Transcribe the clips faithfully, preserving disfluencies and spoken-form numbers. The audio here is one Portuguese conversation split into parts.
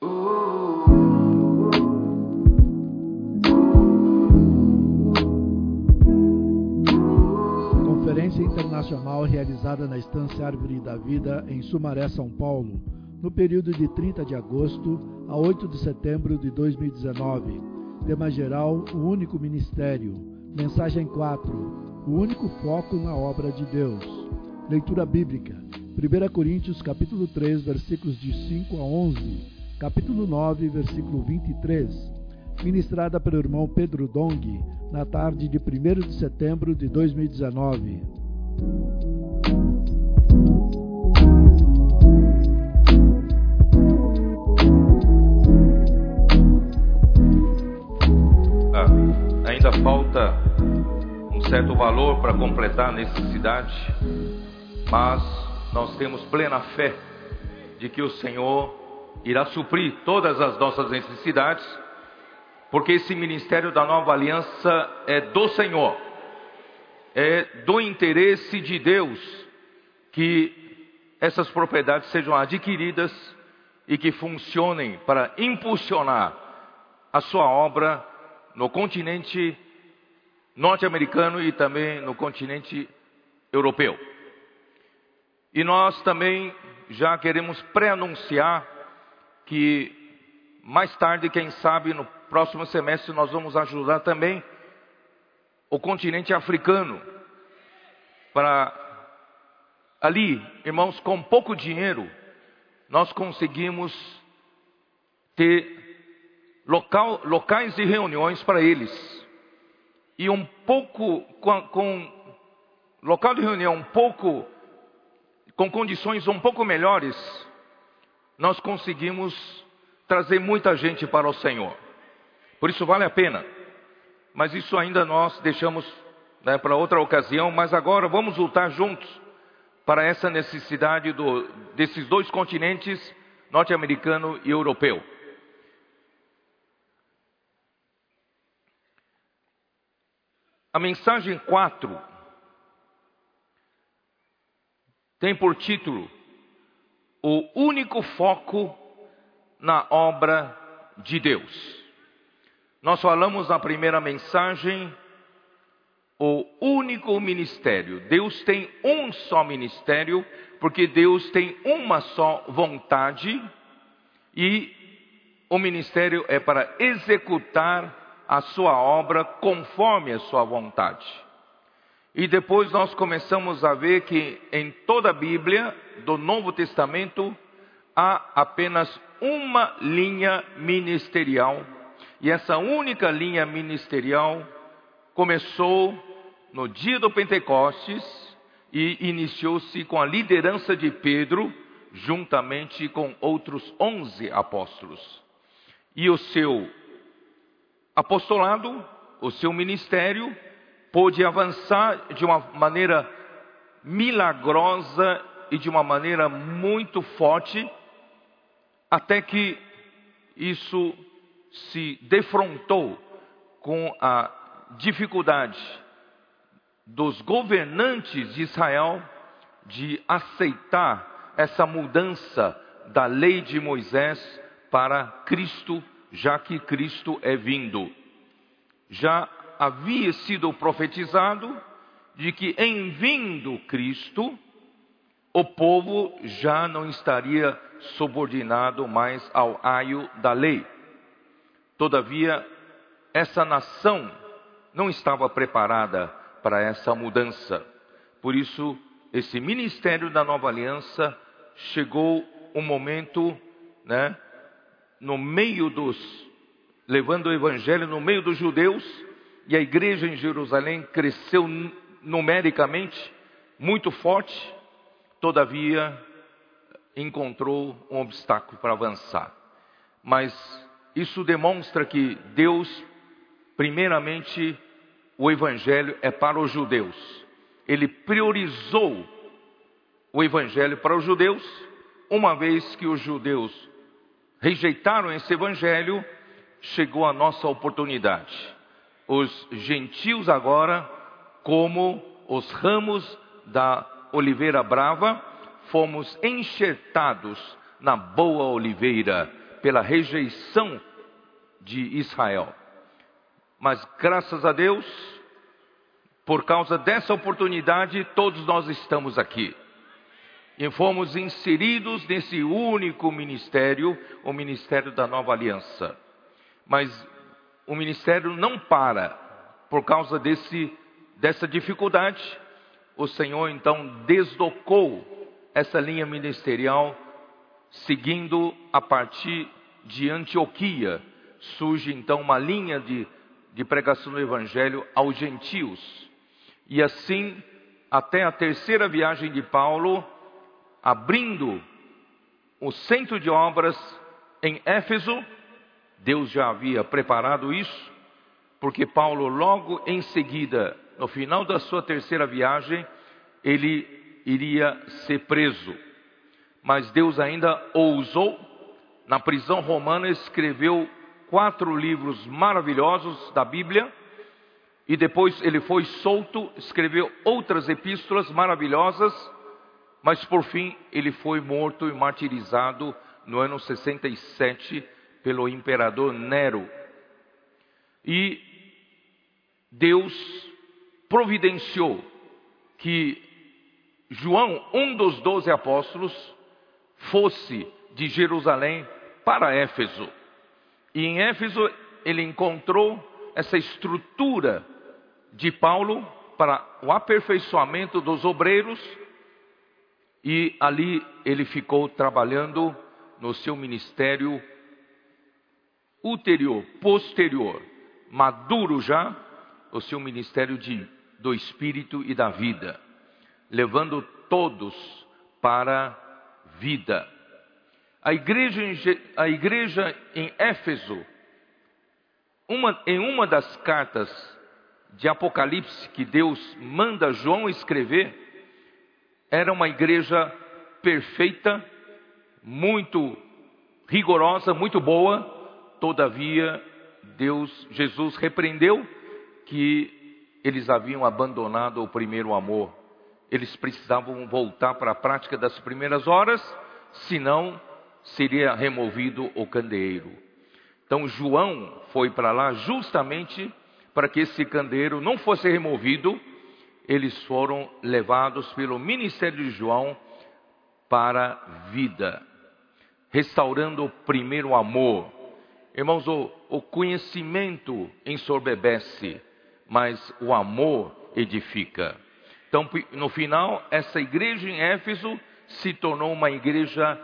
Conferência internacional realizada na Estância Árvore da Vida, em Sumaré, São Paulo, no período de trinta de agosto a oito de setembro de dois mil e dezenove. Tema geral: o único ministério. Mensagem quatro: o único foco na obra de Deus. Leitura bíblica: primeira Coríntios capítulo três, versículos de cinco a onze, capítulo nove, versículo vinte e três. Ministrada pelo irmão Pedro Dong, na tarde de primeiro de setembro de dois mil e dezenove. Ah, ainda falta um certo valor para completar a necessidade, mas nós temos plena fé de que o Senhor irá suprir todas as nossas necessidades, porque esse ministério da Nova Aliança é do Senhor, é do interesse de Deus que essas propriedades sejam adquiridas e que funcionem para impulsionar a sua obra no continente norte-americano e também no continente europeu. E nós também já queremos pré-anunciar que mais tarde, quem sabe no próximo semestre, nós vamos ajudar também o continente africano, para ali, irmãos, com pouco dinheiro, nós conseguimos ter local, locais de reuniões para eles, e um pouco, com, com local de reunião um pouco, com condições um pouco melhores, nós conseguimos trazer muita gente para o Senhor. Por isso vale a pena. Mas isso ainda nós deixamos, né, para outra ocasião. Mas agora vamos lutar juntos para essa necessidade do, desses dois continentes, norte-americano e europeu. A mensagem quatro tem por título: o único foco na obra de Deus. Nós falamos na primeira mensagem o único ministério. Deus tem um só ministério, porque Deus tem uma só vontade, e o ministério é para executar a sua obra conforme a sua vontade. E depois nós começamos a ver que em toda a Bíblia do Novo Testamento há apenas uma linha ministerial, e essa única linha ministerial começou no dia do Pentecostes e iniciou-se com a liderança de Pedro, juntamente com outros onze apóstolos. E o seu apostolado, o seu ministério, pôde avançar de uma maneira milagrosa e de uma maneira muito forte, até que isso se defrontou com a dificuldade dos governantes de Israel de aceitar essa mudança da lei de Moisés para Cristo, já que Cristo é vindo. Já havia sido profetizado de que em vindo Cristo, o povo já não estaria subordinado mais ao aio da lei. Todavia, essa nação não estava preparada para essa mudança. Por isso, esse ministério da Nova Aliança chegou um momento, né, no meio dos, levando o evangelho no meio dos judeus, e a igreja em Jerusalém cresceu numericamente muito forte. Todavia, encontrou um obstáculo para avançar. Mas isso demonstra que Deus, primeiramente, o evangelho é para os judeus. Ele priorizou o evangelho para os judeus. Uma vez que os judeus rejeitaram esse evangelho, chegou a nossa oportunidade. Os gentios agora, como os ramos da oliveira brava, fomos enxertados na boa oliveira pela rejeição de Israel. Mas graças a Deus, por causa dessa oportunidade, todos nós estamos aqui. E fomos inseridos nesse único ministério, o ministério da Nova Aliança. Mas o ministério não para por causa desse, dessa dificuldade. O Senhor então deslocou essa linha ministerial, seguindo a partir de Antioquia. Surge então uma linha de, de pregação do Evangelho aos gentios. E assim, até a terceira viagem de Paulo, abrindo o centro de obras em Éfeso. Deus já havia preparado isso, porque Paulo logo em seguida, no final da sua terceira viagem, ele iria ser preso. Mas Deus ainda ousou, na prisão romana, escreveu quatro livros maravilhosos da Bíblia, e depois ele foi solto, escreveu outras epístolas maravilhosas, mas por fim ele foi morto e martirizado no ano sessenta e sete pelo imperador Nero. E Deus providenciou que João, um dos doze apóstolos, fosse de Jerusalém para Éfeso. E em Éfeso ele encontrou essa estrutura de Paulo para o aperfeiçoamento dos obreiros. E ali ele ficou trabalhando no seu ministério ulterior, posterior, maduro já, o seu ministério de, do Espírito e da vida, levando todos para a vida. A igreja, a igreja em Éfeso, uma, em uma das cartas de Apocalipse que Deus manda João escrever, era uma igreja perfeita, muito rigorosa, muito boa. Todavia, Deus, Jesus repreendeu que eles haviam abandonado o primeiro amor. Eles precisavam voltar para a prática das primeiras horas, senão seria removido o candeeiro. Então João foi para lá justamente para que esse candeeiro não fosse removido. Eles foram levados pelo ministério de João para a vida, restaurando o primeiro amor. Irmãos, o, o conhecimento ensoberbece, mas o amor edifica. Então, no final, essa igreja em Éfeso se tornou uma igreja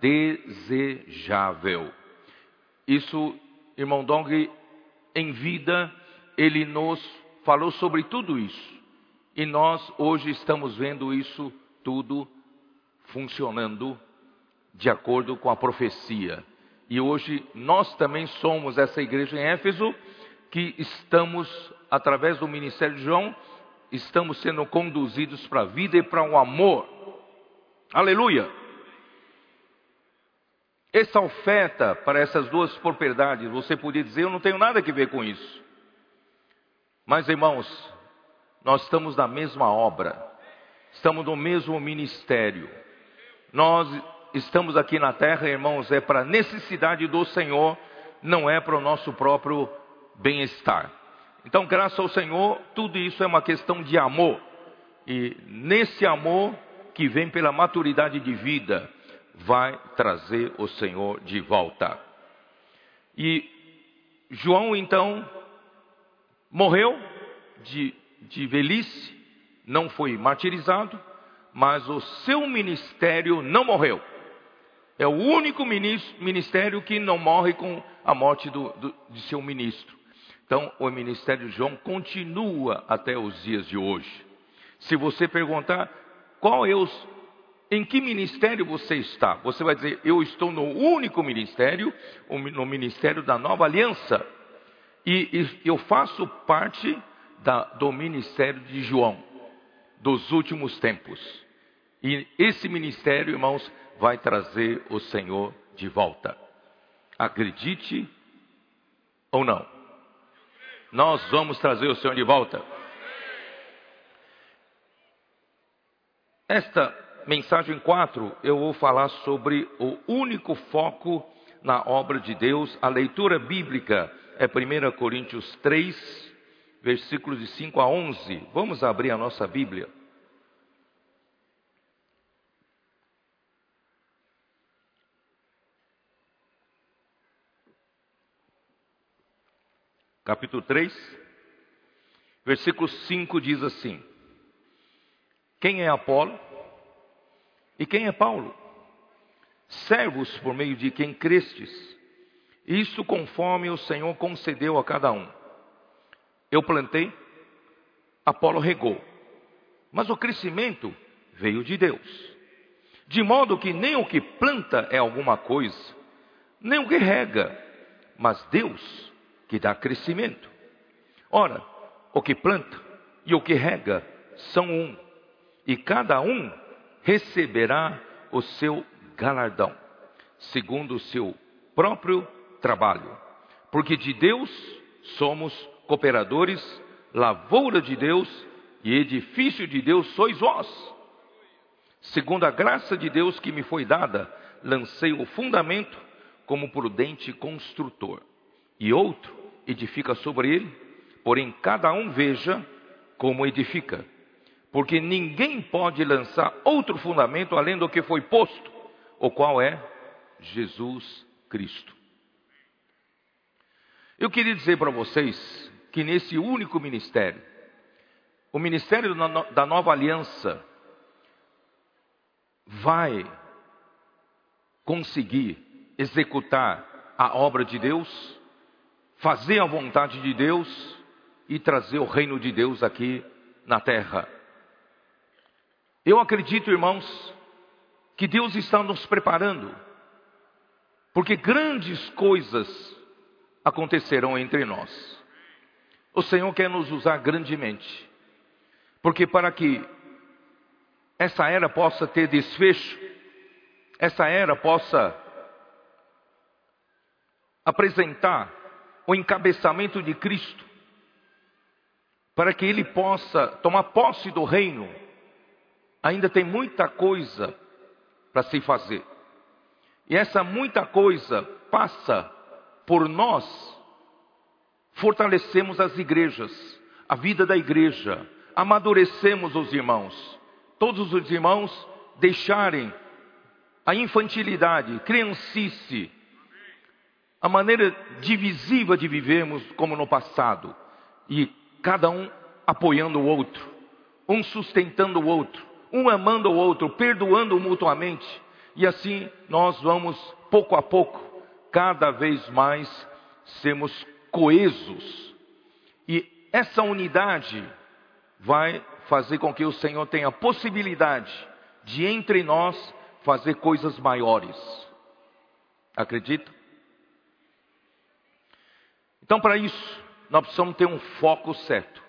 desejável. Isso, irmão Dong, em vida, ele nos falou sobre tudo isso. E nós hoje estamos vendo isso tudo funcionando de acordo com a profecia. E hoje nós também somos essa igreja em Éfeso, que estamos, através do ministério de João, estamos sendo conduzidos para a vida e para o amor. Aleluia! Essa oferta para essas duas propriedades, você podia dizer, eu não tenho nada a ver com isso. Mas, irmãos, nós estamos na mesma obra, estamos no mesmo ministério. Nós estamos aqui na terra, irmãos, é para a necessidade do Senhor, não é para o nosso próprio bem-estar. Então, graças ao Senhor, tudo isso é uma questão de amor. E nesse amor que vem pela maturidade de vida, vai trazer o Senhor de volta. E João, então, morreu de, de velhice, não foi martirizado, mas o seu ministério não morreu. É o único ministério que não morre com a morte do, do, de seu ministro. Então, o ministério de João continua até os dias de hoje. Se você perguntar, qual é os, em que ministério você está? Você vai dizer, eu estou no único ministério, no ministério da Nova Aliança. E, e eu faço parte da, do ministério de João, dos últimos tempos. E esse ministério, irmãos, vai trazer o Senhor de volta. Acredite ou não, nós vamos trazer o Senhor de volta. Esta mensagem quatro, eu vou falar sobre o único foco na obra de Deus. A leitura bíblica é primeira Coríntios três, versículos de cinco a onze. Vamos abrir a nossa Bíblia. Capítulo três, versículo cinco diz assim: quem é Apolo e quem é Paulo? Servos por meio de quem crestes, isso conforme o Senhor concedeu a cada um. Eu plantei, Apolo regou, mas o crescimento veio de Deus. De modo que nem o que planta é alguma coisa, nem o que rega, mas Deus que dá crescimento. Ora, o que planta e o que rega são um, e cada um receberá o seu galardão, segundo o seu próprio trabalho. Porque de Deus somos cooperadores, lavoura de Deus e edifício de Deus sois vós. Segundo a graça de Deus que me foi dada, lancei o fundamento como prudente construtor, e outro edifica sobre ele, porém cada um veja como edifica. Porque ninguém pode lançar outro fundamento além do que foi posto, o qual é Jesus Cristo. Eu queria dizer para vocês que nesse único ministério, o ministério da Nova Aliança vai conseguir executar a obra de Deus, fazer a vontade de Deus e trazer o reino de Deus aqui na terra. Eu acredito, irmãos, que Deus está nos preparando, porque grandes coisas acontecerão entre nós. O Senhor quer nos usar grandemente, porque para que essa era possa ter desfecho, essa era possa apresentar o encabeçamento de Cristo, para que Ele possa tomar posse do reino, ainda tem muita coisa para se fazer. E essa muita coisa passa por nós fortalecemos as igrejas, a vida da igreja, amadurecemos os irmãos. Todos os irmãos deixarem a infantilidade, criancice, a maneira divisiva de vivermos como no passado, e cada um apoiando o outro, um sustentando o outro, um amando o outro, perdoando mutuamente, e assim nós vamos pouco a pouco, cada vez mais sermos coesos, e essa unidade vai fazer com que o Senhor tenha possibilidade de entre nós fazer coisas maiores. Acredita? Então, para isso, nós precisamos ter um foco certo.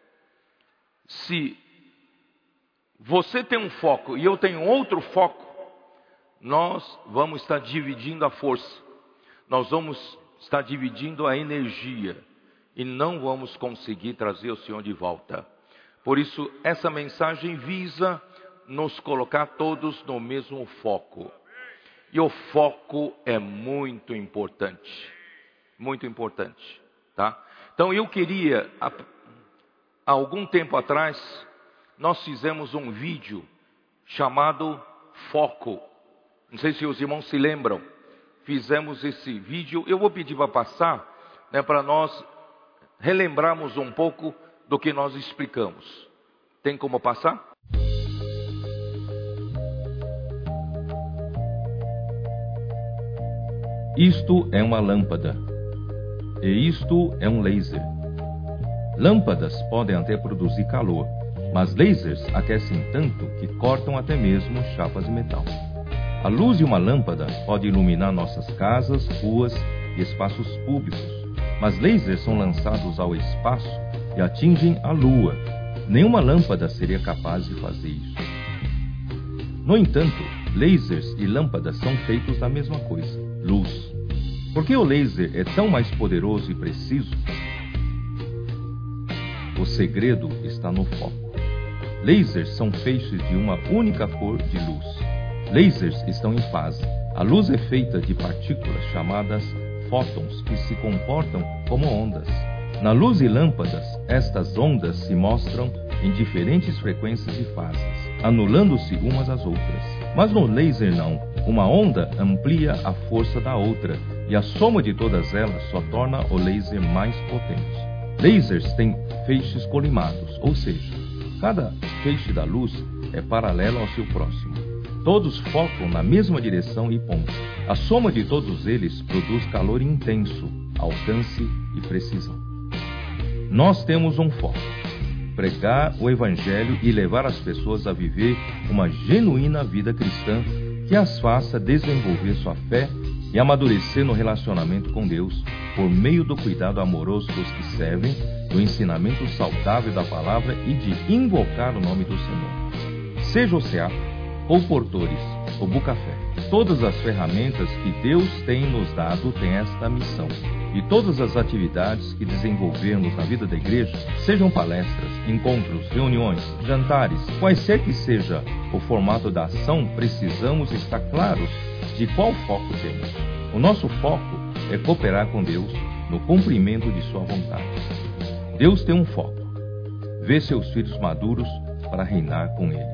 Se você tem um foco e eu tenho outro foco, nós vamos estar dividindo a força, nós vamos estar dividindo a energia e não vamos conseguir trazer o Senhor de volta. Por isso, essa mensagem visa nos colocar todos no mesmo foco. E o foco é muito importante. Muito importante, tá? Então eu queria, há, há algum tempo atrás, nós fizemos um vídeo chamado Foco. Não sei se os irmãos se lembram. Fizemos esse vídeo, eu vou pedir para passar, né, para nós relembrarmos um pouco do que nós explicamos. Tem como passar? Isto é uma lâmpada. E isto é um laser. Lâmpadas podem até produzir calor, mas lasers aquecem tanto que cortam até mesmo chapas de metal. A luz de uma lâmpada pode iluminar nossas casas, ruas e espaços públicos, mas lasers são lançados ao espaço e atingem a Lua. Nenhuma lâmpada seria capaz de fazer isso. No entanto, lasers e lâmpadas são feitos da mesma coisa, luz. Por que o laser é tão mais poderoso e preciso? O segredo está no foco. Lasers são feixes de uma única cor de luz. Lasers estão em fase. A luz é feita de partículas chamadas fótons, que se comportam como ondas. Na luz e lâmpadas, estas ondas se mostram em diferentes frequências e fases, anulando-se umas às outras. Mas no laser não. Uma onda amplia a força da outra, e a soma de todas elas só torna o laser mais potente. Lasers têm feixes colimados, ou seja, cada feixe da luz é paralelo ao seu próximo. Todos focam na mesma direção e ponto. A soma de todos eles produz calor intenso, alcance e precisão. Nós temos um foco: pregar o Evangelho e levar as pessoas a viver uma genuína vida cristã que as faça desenvolver sua fé e amadurecer no relacionamento com Deus por meio do cuidado amoroso dos que servem, do ensinamento saudável da palavra e de invocar o nome do Senhor. Seja o C E A P, ou portores, ou Bucafé, todas as ferramentas que Deus tem nos dado têm esta missão. E todas as atividades que desenvolvermos na vida da igreja, sejam palestras, encontros, reuniões, jantares, quaisquer que seja o formato da ação, precisamos estar claros de qual foco temos. O nosso foco é cooperar com Deus no cumprimento de sua vontade. Deus tem um foco: ver seus filhos maduros para reinar com Ele.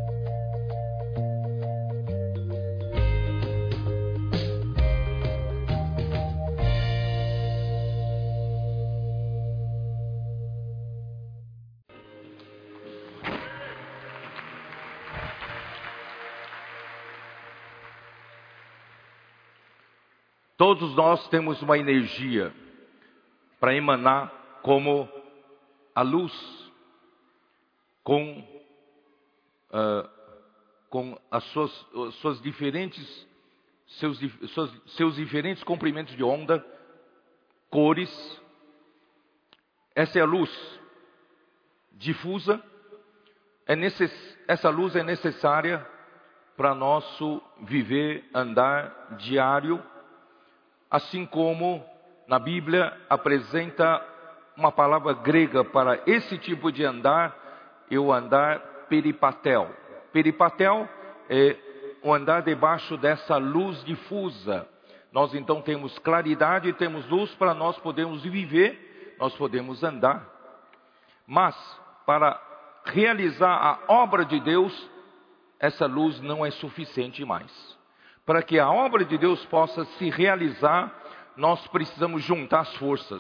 Todos nós temos uma energia para emanar como a luz, com, uh, com as suas, as suas diferentes, seus, seus, seus diferentes comprimentos de onda, cores. Essa é a luz difusa. É necess, essa luz é necessária para nosso viver, andar diário. Assim como na Bíblia apresenta uma palavra grega para esse tipo de andar, é o andar peripatel. Peripatel é o andar debaixo dessa luz difusa. Nós então temos claridade e temos luz para nós podermos viver, nós podemos andar. Mas para realizar a obra de Deus, essa luz não é suficiente mais. Para que a obra de Deus possa se realizar, nós precisamos juntar as forças.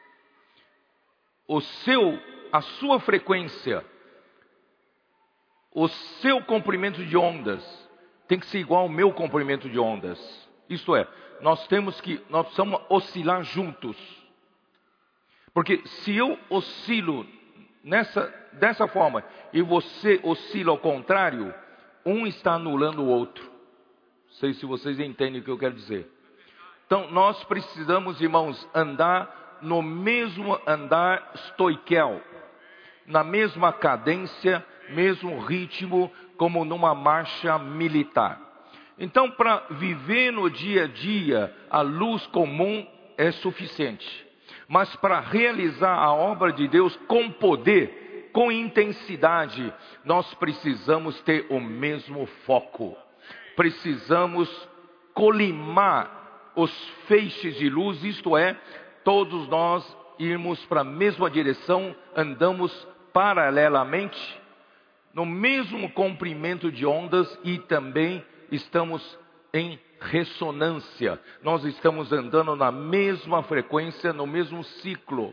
O seu, a sua frequência, o seu comprimento de ondas tem que ser igual ao meu comprimento de ondas. Isto é, nós temos que, nós precisamos oscilar juntos. Porque se eu oscilo nessa, dessa forma e você oscila ao contrário, um está anulando o outro. Não sei se vocês entendem o que eu quero dizer. Então, nós precisamos, irmãos, andar no mesmo andar stoiquel, na mesma cadência, mesmo ritmo, como numa marcha militar. Então, para viver no dia a dia, a luz comum é suficiente. Mas para realizar a obra de Deus com poder, com intensidade, nós precisamos ter o mesmo foco. Precisamos colimar os feixes de luz, isto é, todos nós irmos para a mesma direção, andamos paralelamente, no mesmo comprimento de ondas e também estamos em ressonância. Nós estamos andando na mesma frequência, no mesmo ciclo.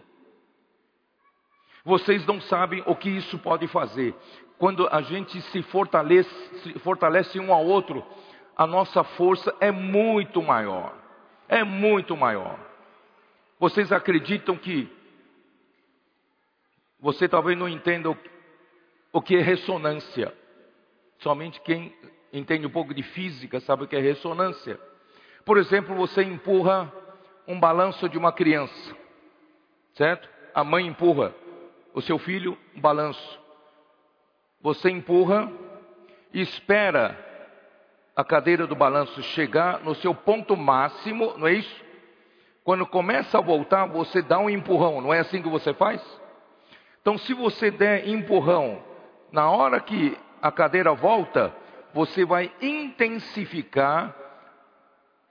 Vocês não sabem o que isso pode fazer. Quando a gente se fortalece, se fortalece um ao outro, a nossa força é muito maior. É muito maior. Vocês acreditam que... Você talvez não entenda o, o que é ressonância. Somente quem entende um pouco de física sabe o que é ressonância. Por exemplo, você empurra um balanço de uma criança. Certo? A mãe empurra o seu filho, um balanço. Você empurra e espera a cadeira do balanço chegar no seu ponto máximo, não é isso? Quando começa a voltar, você dá um empurrão, não é assim que você faz? Então, se você der empurrão, na hora que a cadeira volta, você vai intensificar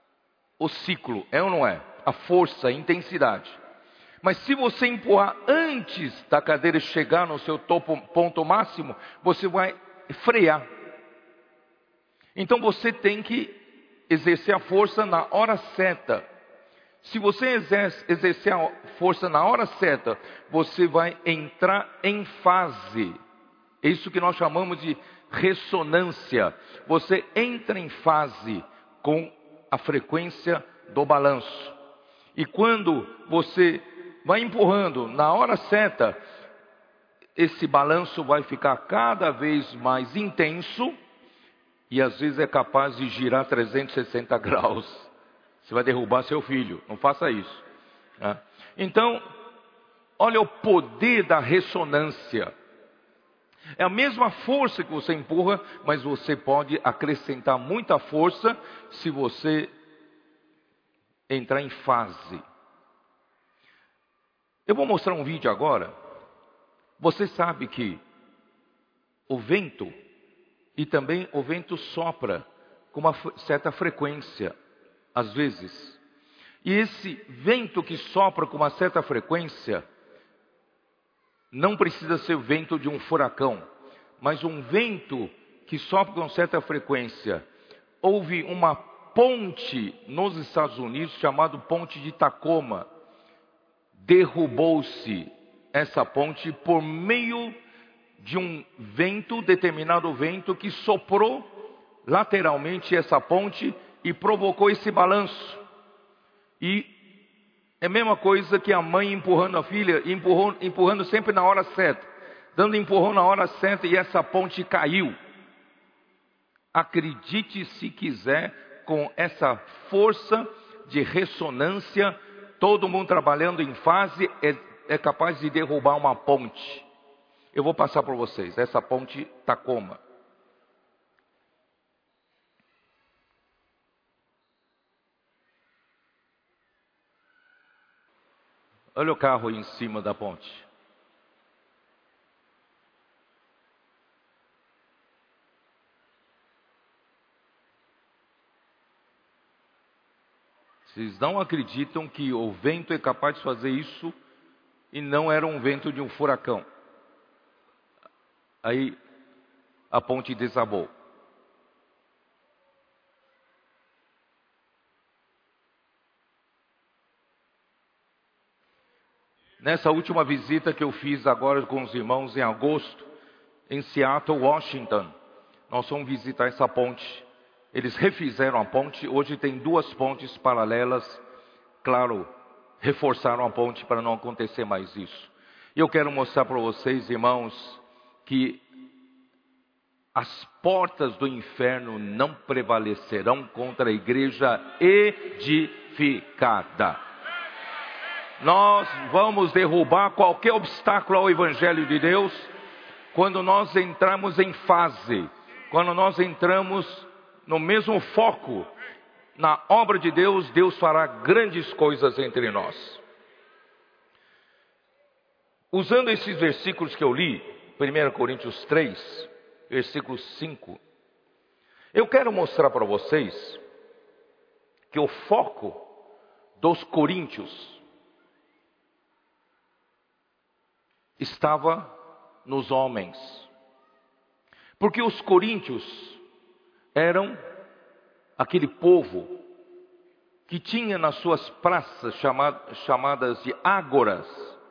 o ciclo, é ou não é? A força, a intensidade. Mas se você empurrar antes da cadeira chegar no seu topo, ponto máximo, você vai frear. Então você tem que exercer a força na hora certa. Se você exerce, exercer a força na hora certa, você vai entrar em fase. É isso que nós chamamos de ressonância. Você entra em fase com a frequência do balanço. E quando você vai empurrando na hora certa, esse balanço vai ficar cada vez mais intenso e às vezes é capaz de girar trezentos e sessenta graus. Você vai derrubar seu filho, não faça isso. Né? Então, olha o poder da ressonância. É a mesma força que você empurra, mas você pode acrescentar muita força se você entrar em fase. Eu vou mostrar um vídeo agora. Você sabe que o vento, e também o vento sopra com uma certa frequência, às vezes. E esse vento que sopra com uma certa frequência, não precisa ser o vento de um furacão, mas um vento que sopra com certa frequência. Houve uma ponte nos Estados Unidos, chamada Ponte de Tacoma. Derrubou-se essa ponte por meio de um vento, determinado vento, que soprou lateralmente essa ponte e provocou esse balanço. E é a mesma coisa que a mãe empurrando a filha, empurrou, empurrando sempre na hora certa, dando empurrão na hora certa, e essa ponte caiu. Acredite se quiser, com essa força de ressonância, todo mundo trabalhando em fase, é, é capaz de derrubar uma ponte. Eu vou passar para vocês, essa ponte Tacoma. Olha o carro aí em cima da ponte. Vocês não acreditam que o vento é capaz de fazer isso e não era um vento de um furacão. Aí a ponte desabou. Nessa última visita que eu fiz agora com os irmãos em agosto, em Seattle, Washington, nós fomos visitar essa ponte. Eles refizeram a ponte, hoje tem duas pontes paralelas, claro, reforçaram a ponte para não acontecer mais isso. E eu quero mostrar para vocês, irmãos, que as portas do inferno não prevalecerão contra a igreja edificada. Nós vamos derrubar qualquer obstáculo ao Evangelho de Deus quando nós entramos em fase, quando nós entramos no mesmo foco, na obra de Deus. Deus fará grandes coisas entre nós. Usando esses versículos que eu li, primeira Coríntios três, versículo cinco, eu quero mostrar para vocês que o foco dos coríntios estava nos homens. Porque os coríntios eram aquele povo que tinha nas suas praças chamadas, chamadas de ágoras,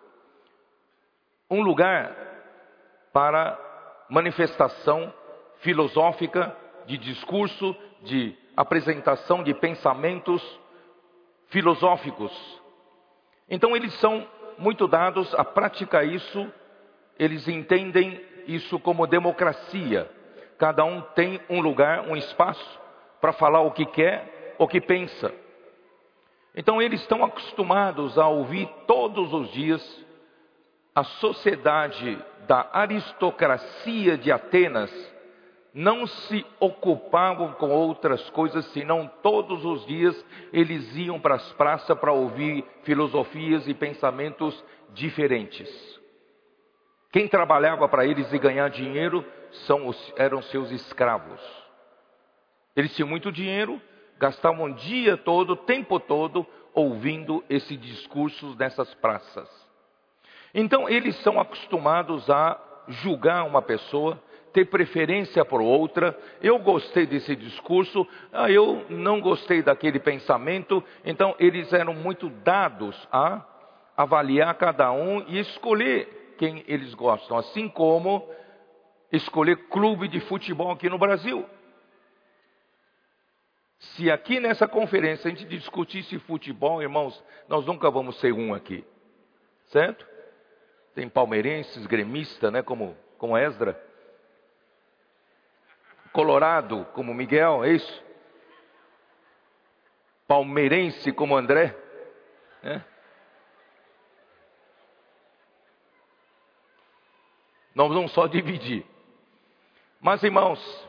um lugar para manifestação filosófica, de discurso, de apresentação de pensamentos filosóficos. Então eles são muito dados a praticar isso, eles entendem isso como democracia. Cada um tem um lugar, um espaço para falar o que quer, o que pensa. Então eles estão acostumados a ouvir todos os dias a sociedade da aristocracia de Atenas não se ocupavam com outras coisas, senão todos os dias eles iam para as praças para ouvir filosofias e pensamentos diferentes. Quem trabalhava para eles e ganhar dinheiro são os, eram seus escravos. Eles tinham muito dinheiro, gastavam o dia todo, o tempo todo, ouvindo esses discursos nessas praças. Então eles são acostumados a julgar uma pessoa, ter preferência por outra. Eu gostei desse discurso, ah, eu não gostei daquele pensamento. Então eles eram muito dados a avaliar cada um e escolher quem eles gostam, assim como escolher clube de futebol aqui no Brasil. Se aqui nessa conferência a gente discutisse futebol, irmãos, nós nunca vamos ser um aqui, certo? Tem palmeirenses, gremistas, né, como, como Esdra. Colorado, como Miguel, é isso? Palmeirense, como André. Né? Nós vamos só dividir. Mas, irmãos,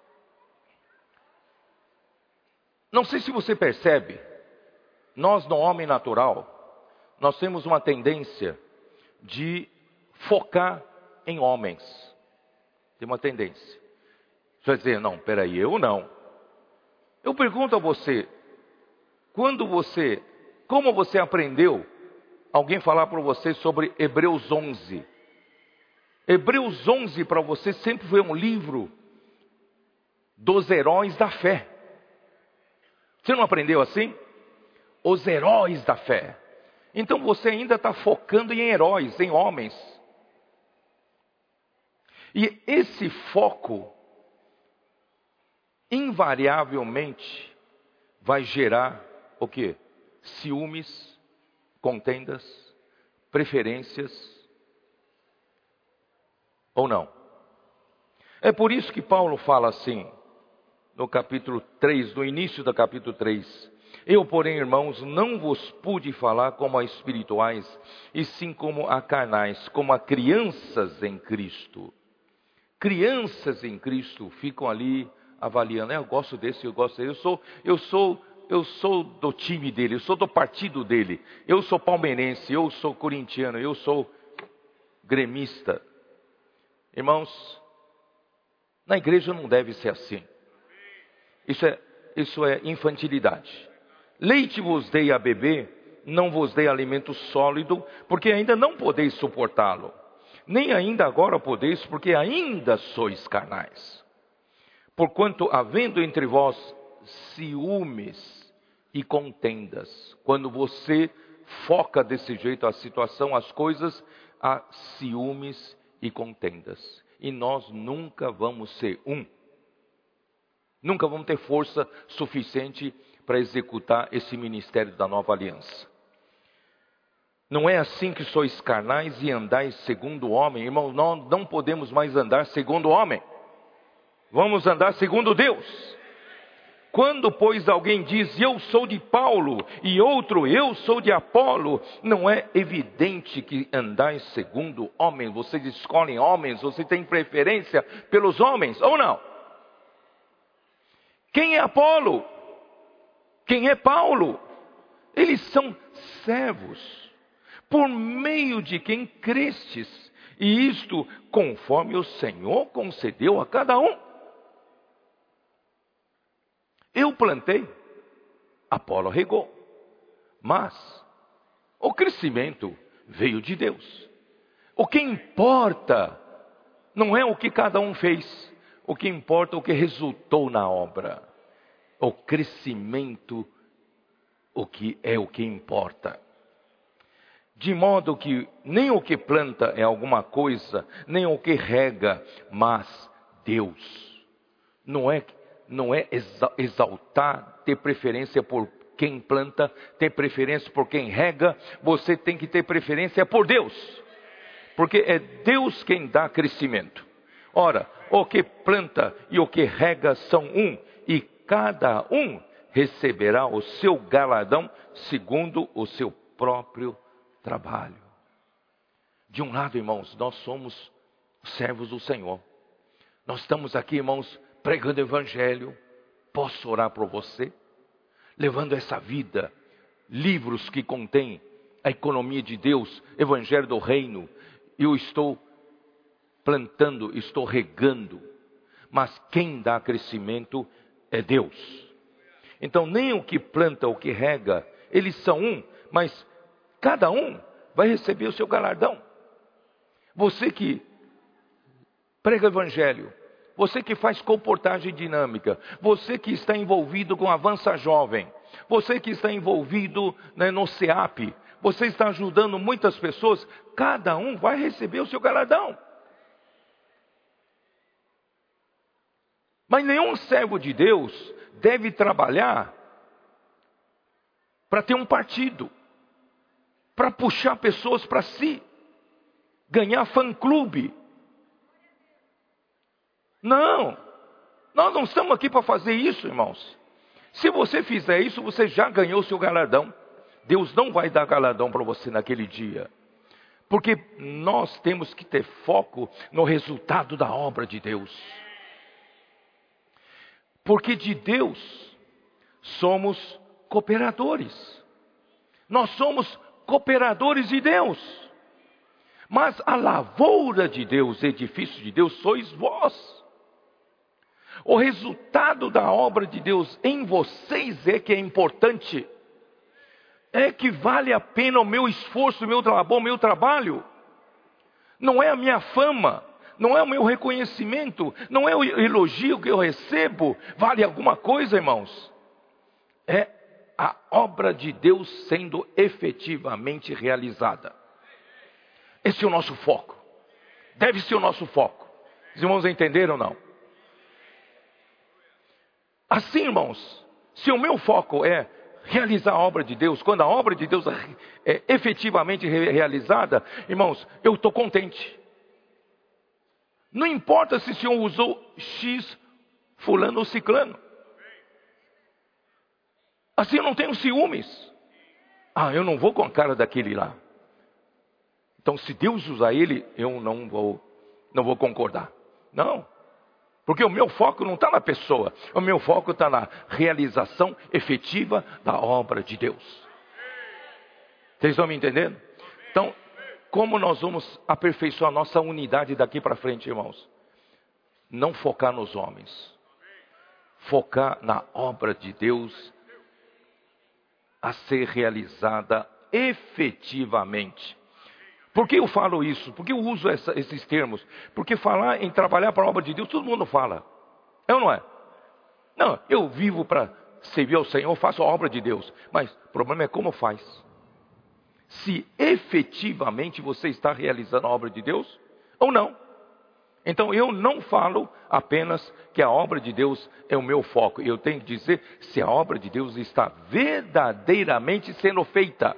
não sei se você percebe, nós no homem natural, nós temos uma tendência de focar em homens. Tem uma tendência. Você vai dizer, não, peraí, eu não. Eu pergunto a você, quando você, como você aprendeu alguém falar para você sobre Hebreus onze? Hebreus onze para você sempre foi um livro dos heróis da fé. Você não aprendeu assim? Os heróis da fé. Então você ainda está focando em heróis, em homens. E esse foco, invariavelmente, vai gerar o quê? Ciúmes, contendas, preferências, ou não? É por isso que Paulo fala assim, no capítulo três, no início do capítulo três. Eu, porém, irmãos, não vos pude falar como a espirituais, e sim como a carnais, como a crianças em Cristo. Crianças em Cristo ficam ali avaliando, eu gosto desse, eu gosto desse, eu sou, eu sou, eu sou do time dele, eu sou do partido dele, eu sou palmeirense, eu sou corintiano, eu sou gremista. Irmãos, na igreja não deve ser assim. Isso é, isso é infantilidade. Leite vos dei a beber, não vos dei alimento sólido, porque ainda não podeis suportá-lo. Nem ainda agora podeis, porque ainda sois carnais. Porquanto, havendo entre vós ciúmes e contendas, quando você foca desse jeito a situação, as coisas, há ciúmes e contendas. E nós nunca vamos ser um. Nunca vamos ter força suficiente para executar esse ministério da nova aliança. Não é assim que sois carnais e andais segundo o homem. Irmão, nós não podemos mais andar segundo o homem. Vamos andar segundo Deus. Quando, pois, alguém diz, eu sou de Paulo, e outro, eu sou de Apolo, não é evidente que andais segundo homem? Vocês escolhem homens, você tem preferência pelos homens, ou não? Quem é Apolo? Quem é Paulo? Eles são servos, por meio de quem crestes, e isto conforme o Senhor concedeu a cada um. Eu plantei, Apolo regou, mas o crescimento veio de Deus. O que importa não é o que cada um fez, o que importa é o que resultou na obra. O crescimento, o que é o que importa. De modo que nem o que planta é alguma coisa, nem o que rega, mas Deus. Não é, não é exaltar, ter preferência por quem planta, ter preferência por quem rega. Você tem que ter preferência por Deus. Porque é Deus quem dá crescimento. Ora, o que planta e o que rega são um, e cada um receberá o seu galardão segundo o seu próprio trabalho. De um lado, irmãos, nós somos servos do Senhor. Nós estamos aqui, irmãos, pregando o evangelho. Posso orar por você? Levando essa vida, livros que contêm a economia de Deus, evangelho do reino. Eu estou plantando, estou regando. Mas quem dá crescimento é Deus. Então nem o que planta, o que rega, eles são um, mas cada um vai receber o seu galardão. Você que prega o evangelho, você que faz comportagem dinâmica, você que está envolvido com Avança Jovem, você que está envolvido, né, no C E A P, você está ajudando muitas pessoas, cada um vai receber o seu galardão. Mas nenhum servo de Deus deve trabalhar para ter um partido, para puxar pessoas para si, ganhar fã-clube. Não, nós não estamos aqui para fazer isso, irmãos. Se você fizer isso, você já ganhou o seu galardão. Deus não vai dar galardão para você naquele dia. Porque nós temos que ter foco no resultado da obra de Deus. Porque de Deus somos cooperadores. Nós somos cooperadores de Deus. Mas a lavoura de Deus, edifício de Deus, sois vós. O resultado da obra de Deus em vocês é que é importante. É que vale a pena o meu esforço, o meu trabalho, o meu trabalho. Não é a minha fama, não é o meu reconhecimento, não é o elogio que eu recebo. Vale alguma coisa, irmãos? É a obra de Deus sendo efetivamente realizada. Esse é o nosso foco. Deve ser o nosso foco. Os irmãos entenderam ou não? Assim, irmãos, se o meu foco é realizar a obra de Deus, quando a obra de Deus é efetivamente realizada, irmãos, eu estou contente. Não importa se o Senhor usou X, fulano ou ciclano. Assim eu não tenho ciúmes. Ah, eu não vou com a cara daquele lá. Então se Deus usar ele, eu não vou, não vou concordar. Não. Porque o meu foco não está na pessoa. O meu foco está na realização efetiva da obra de Deus. Vocês estão me entendendo? Então, como nós vamos aperfeiçoar a nossa unidade daqui para frente, irmãos? Não focar nos homens. Focar na obra de Deus a ser realizada efetivamente. Por que eu falo isso? Por que eu uso essa, esses termos? Porque falar em trabalhar para a obra de Deus, todo mundo fala. É ou não é? Não, eu vivo para servir ao Senhor, faço a obra de Deus. Mas o problema é como faz. Se efetivamente você está realizando a obra de Deus ou não. Então eu não falo apenas que a obra de Deus é o meu foco. Eu tenho que dizer se a obra de Deus está verdadeiramente sendo feita.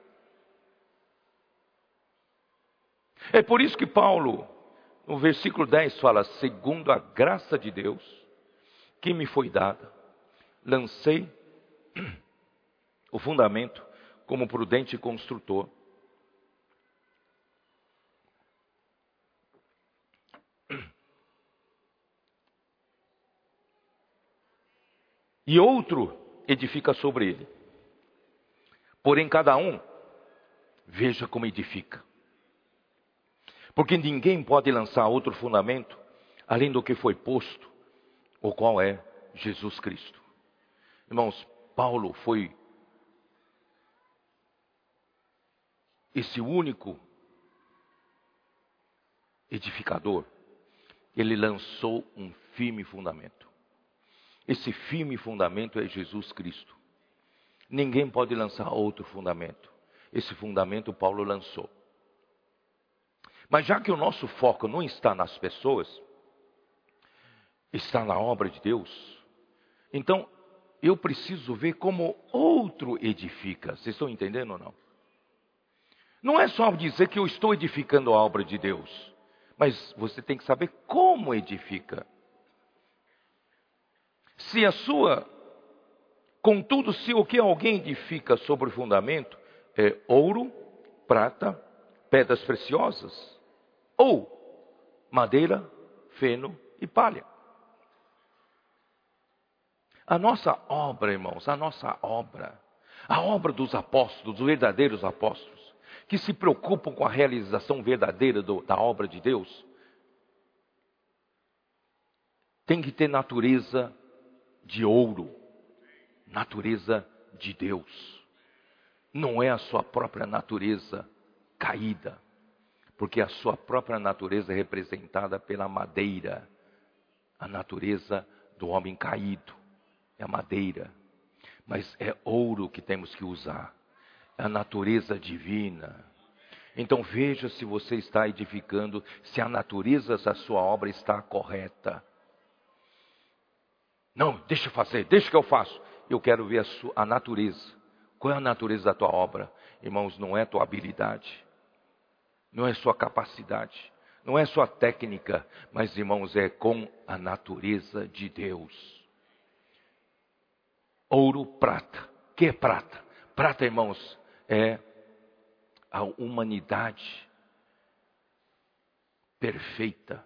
É por isso que Paulo, no versículo dez, fala: segundo a graça de Deus, que me foi dada, lancei o fundamento como prudente construtor. E outro edifica sobre ele. Porém cada um veja como edifica. Porque ninguém pode lançar outro fundamento além do que foi posto, o qual é Jesus Cristo. Irmãos, Paulo foi esse único edificador. Ele lançou um firme fundamento. Esse firme fundamento é Jesus Cristo. Ninguém pode lançar outro fundamento. Esse fundamento Paulo lançou. Mas já que o nosso foco não está nas pessoas, está na obra de Deus, então eu preciso ver como outro edifica. Vocês estão entendendo ou não? Não é só dizer que eu estou edificando a obra de Deus, mas você tem que saber como edifica. Se a sua, contudo, se o que alguém edifica sobre o fundamento é ouro, prata, pedras preciosas, ou madeira, feno e palha. A nossa obra, irmãos, a nossa obra, a obra dos apóstolos, dos verdadeiros apóstolos, que se preocupam com a realização verdadeira do, da obra de Deus, tem que ter natureza de ouro, natureza de Deus. Não é a sua própria natureza caída, porque a sua própria natureza é representada pela madeira. A natureza do homem caído é a madeira, mas é ouro que temos que usar. É a natureza divina. Então veja se você está edificando, se a natureza da sua obra está correta. Não, deixa eu fazer, deixa que eu faço. Eu quero ver a, sua, a natureza. Qual é a natureza da tua obra? Irmãos, não é tua habilidade, não é sua capacidade, não é sua técnica, mas irmãos, é com a natureza de Deus. Ouro, prata. O que é prata? Prata, irmãos, é a humanidade perfeita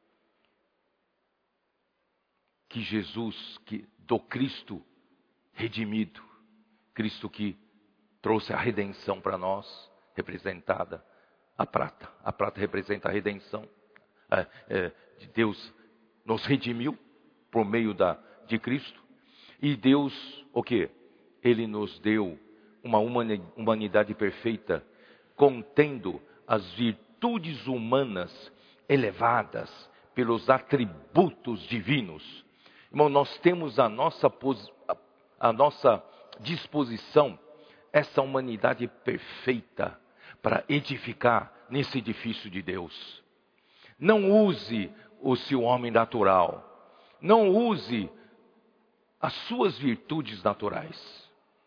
que Jesus, que, do Cristo redimido, Cristo que trouxe a redenção para nós, representada a prata. A prata representa a redenção. É, é, de Deus nos redimiu por meio da, de Cristo. E Deus, o quê? Ele nos deu uma humanidade perfeita, contendo as virtudes humanas elevadas pelos atributos divinos. Irmão, nós temos a nossa, a nossa disposição, essa humanidade perfeita, para edificar nesse edifício de Deus. Não use o seu homem natural, não use as suas virtudes naturais.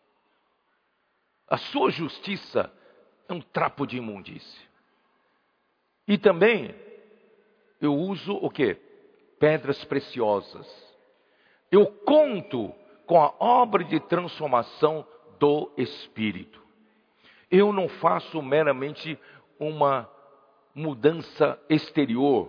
A sua justiça é um trapo de imundície. E também eu uso o quê? Pedras preciosas. Eu conto com a obra de transformação do Espírito. Eu não faço meramente uma mudança exterior,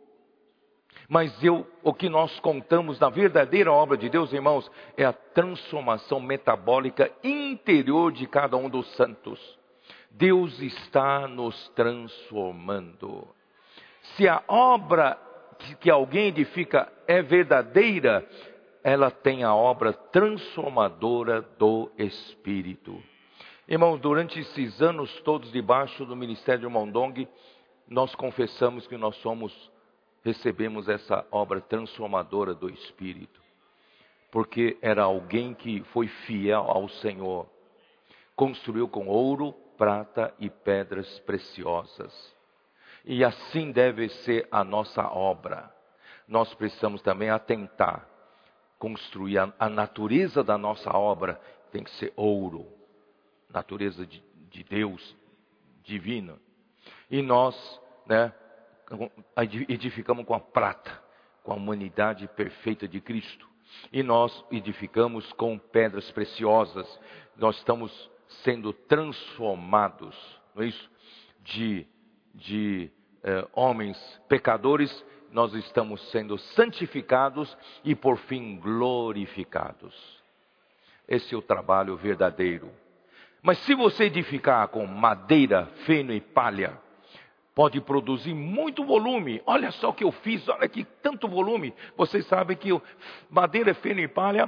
mas eu, o que nós contamos na verdadeira obra de Deus, irmãos, é a transformação metabólica interior de cada um dos santos. Deus está nos transformando. Se a obra que alguém edifica é verdadeira, ela tem a obra transformadora do Espírito. Irmãos, durante esses anos todos debaixo do ministério de irmão Dong, nós confessamos que nós somos, recebemos essa obra transformadora do Espírito. Porque era alguém que foi fiel ao Senhor. Construiu com ouro, prata e pedras preciosas. E assim deve ser a nossa obra. Nós precisamos também atentar, construir a, a natureza da nossa obra, tem que ser ouro. Natureza de, de Deus, divina. E nós, né, edificamos com a prata, com a humanidade perfeita de Cristo. E nós edificamos com pedras preciosas. Nós estamos sendo transformados, não é isso? De, de eh, homens pecadores, nós estamos sendo santificados e por fim glorificados. Esse é o trabalho verdadeiro. Mas se você edificar com madeira, feno e palha, pode produzir muito volume. Olha só o que eu fiz, olha que tanto volume. Vocês sabem que madeira, feno e palha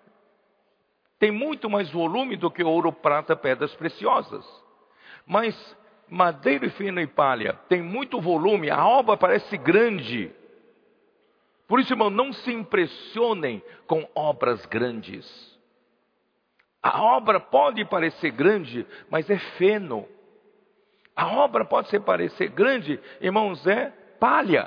tem muito mais volume do que ouro, prata, pedras preciosas. Mas madeira, feno e palha tem muito volume, a obra parece grande. Por isso, irmão, não se impressionem com obras grandes. A obra pode parecer grande, mas é feno. A obra pode ser parecer grande, irmãos, é palha,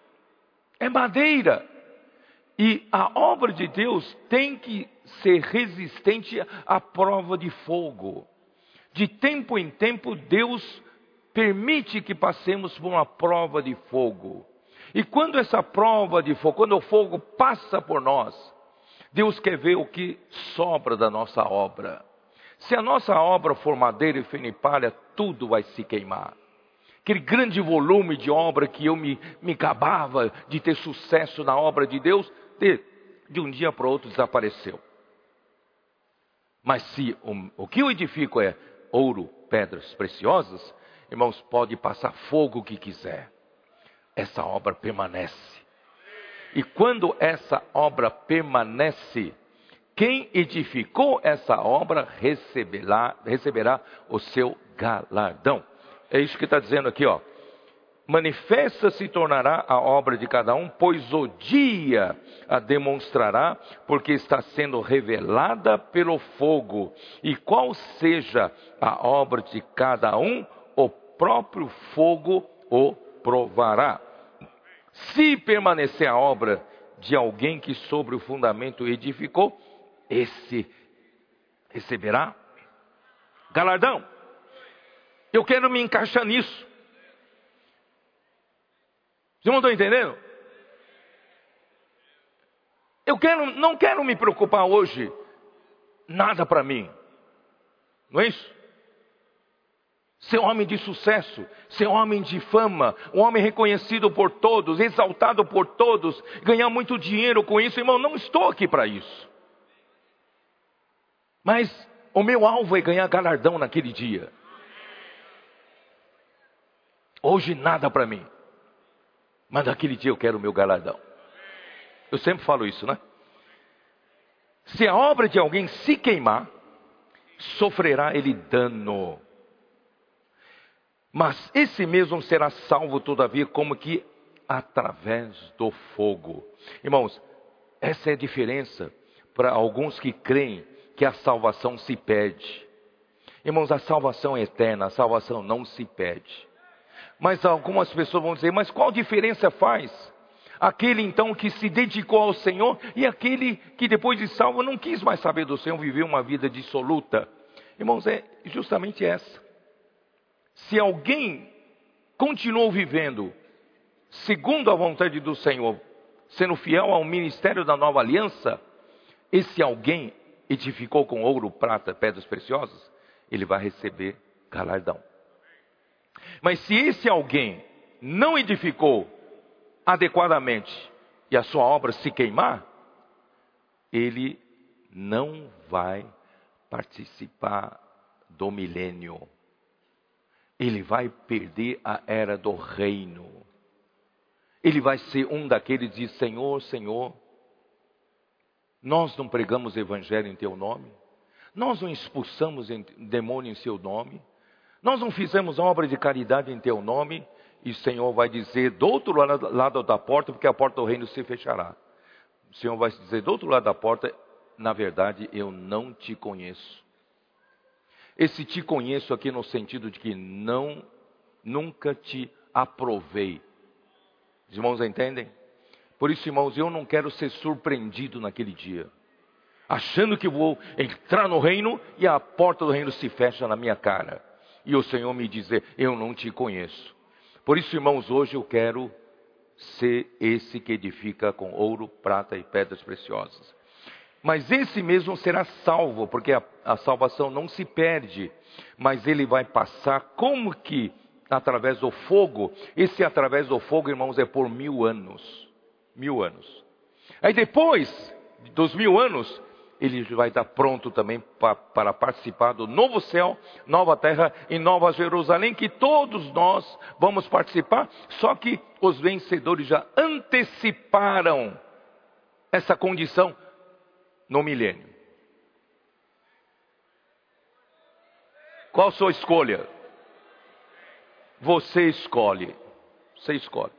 é madeira. E a obra de Deus tem que ser resistente à prova de fogo. De tempo em tempo, Deus permite que passemos por uma prova de fogo. E quando essa prova de fogo, quando o fogo passa por nós, Deus quer ver o que sobra da nossa obra. Se a nossa obra for madeira e feno e palha, tudo vai se queimar. Aquele grande volume de obra que eu me, me gabava de ter sucesso na obra de Deus, de, de um dia para o outro desapareceu. Mas se o, o que eu edifico é ouro, pedras preciosas, irmãos, pode passar fogo o que quiser. Essa obra permanece. E quando essa obra permanece, quem edificou essa obra receberá, receberá o seu galardão. É isso que está dizendo aqui, ó. Manifesta se tornará a obra de cada um, pois o dia a demonstrará, porque está sendo revelada pelo fogo. E qual seja a obra de cada um, o próprio fogo o provará. Se permanecer a obra de alguém que sobre o fundamento edificou, esse receberá galardão. Eu quero me encaixar nisso. Vocês não estão entendendo? Eu quero, não quero me preocupar hoje, nada para mim. Não é isso? Ser homem de sucesso, ser homem de fama, um homem reconhecido por todos, exaltado por todos, ganhar muito dinheiro com isso. Irmão, não estou aqui para isso. Mas o meu alvo é ganhar galardão naquele dia. Hoje nada para mim. Mas naquele dia eu quero o meu galardão. Eu sempre falo isso, né? Se a obra de alguém se queimar, sofrerá ele dano. Mas esse mesmo será salvo todavia, como que através do fogo. Irmãos, essa é a diferença para alguns que creem que a salvação se perde. Irmãos, a salvação é eterna, a salvação não se perde. Mas algumas pessoas vão dizer, mas qual diferença faz? Aquele então que se dedicou ao Senhor e aquele que depois de salvo não quis mais saber do Senhor, viveu uma vida dissoluta. Irmãos, é justamente essa. Se alguém continuou vivendo segundo a vontade do Senhor, sendo fiel ao ministério da nova aliança, esse alguém edificou com ouro, prata, pedras preciosas, ele vai receber galardão. Mas se esse alguém não edificou adequadamente e a sua obra se queimar, ele não vai participar do milênio. Ele vai perder a era do reino. Ele vai ser um daqueles que diz, Senhor, Senhor, nós não pregamos evangelho em teu nome, nós não expulsamos demônio em seu nome, nós não fizemos obra de caridade em teu nome. E o Senhor vai dizer do outro lado da porta, porque a porta do reino se fechará. O Senhor vai dizer do outro lado da porta, na verdade eu não te conheço. Esse te conheço aqui no sentido de que não, nunca te aprovei. Os irmãos entendem? Por isso, irmãos, eu não quero ser surpreendido naquele dia, achando que vou entrar no reino e a porta do reino se fecha na minha cara. E o Senhor me dizer, eu não te conheço. Por isso, irmãos, hoje eu quero ser esse que edifica com ouro, prata e pedras preciosas. Mas esse mesmo será salvo, porque a, a salvação não se perde, mas ele vai passar como que através do fogo. Esse através do fogo, irmãos, é por mil anos. Mil anos. Aí depois dos mil anos, ele vai estar pronto também para, para participar do novo céu, nova terra e nova Jerusalém, que todos nós vamos participar, só que os vencedores já anteciparam essa condição no milênio. Qual a sua escolha? Você escolhe. Você escolhe.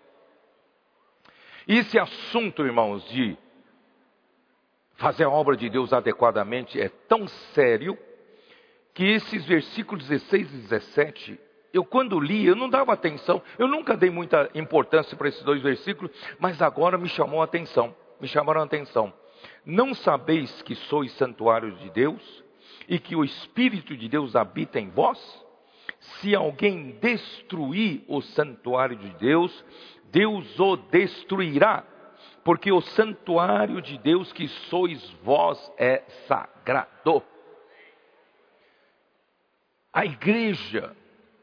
Esse assunto, irmãos, de fazer a obra de Deus adequadamente é tão sério que esses versículos dezesseis e dezessete, eu quando li, eu não dava atenção, eu nunca dei muita importância para esses dois versículos, mas agora me chamou a atenção, me chamaram a atenção. Não sabeis que sois santuário de Deus e que o Espírito de Deus habita em vós? Se alguém destruir o santuário de Deus, Deus o destruirá. Porque o santuário de Deus que sois vós é sagrado. A igreja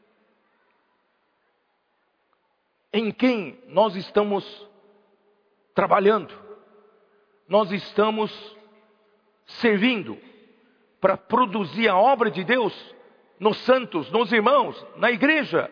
em quem nós estamos trabalhando, nós estamos servindo para produzir a obra de Deus nos santos, nos irmãos, na igreja.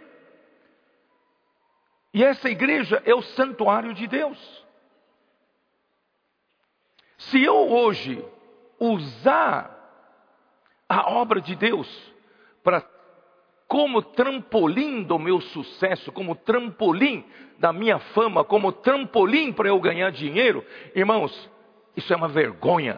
E essa igreja é o santuário de Deus. Se eu hoje usar a obra de Deus para como trampolim do meu sucesso, como trampolim da minha fama, como trampolim para eu ganhar dinheiro, irmãos, isso é uma vergonha.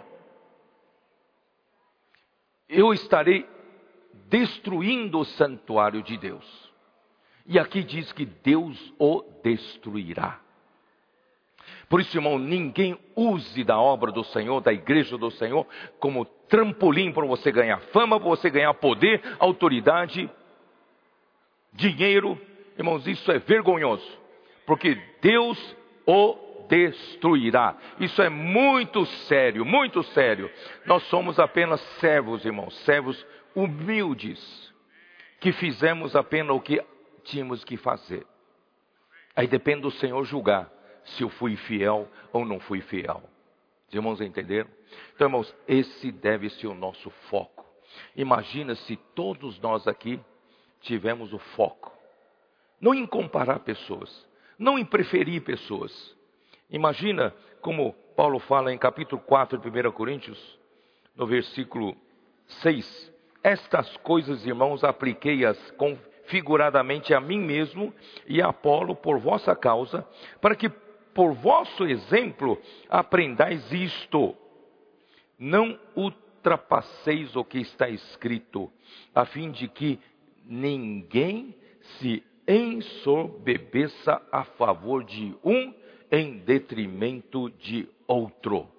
Eu estarei destruindo o santuário de Deus. E aqui diz que Deus o destruirá. Por isso, irmão, ninguém use da obra do Senhor, da igreja do Senhor, como trampolim para você ganhar fama, para você ganhar poder, autoridade, dinheiro. Irmãos, isso é vergonhoso, porque Deus o destruirá. Isso é muito sério, muito sério. Nós somos apenas servos, irmãos, servos humildes, que fizemos apenas o que tínhamos que fazer. Aí depende do Senhor julgar se eu fui fiel ou não fui fiel. Os irmãos entenderam? Então, irmãos, esse deve ser o nosso foco. Imagina se todos nós aqui tivemos o foco, não em comparar pessoas, não em preferir pessoas. Imagina como Paulo fala em capítulo quatro de primeira Coríntios, no versículo seis. Estas coisas, irmãos, apliquei-as figuradamente a mim mesmo e a Apolo por vossa causa, para que por vosso exemplo aprendais isto. Não ultrapasseis o que está escrito, a fim de que ninguém se ensoberbeça a favor de um em detrimento de outro.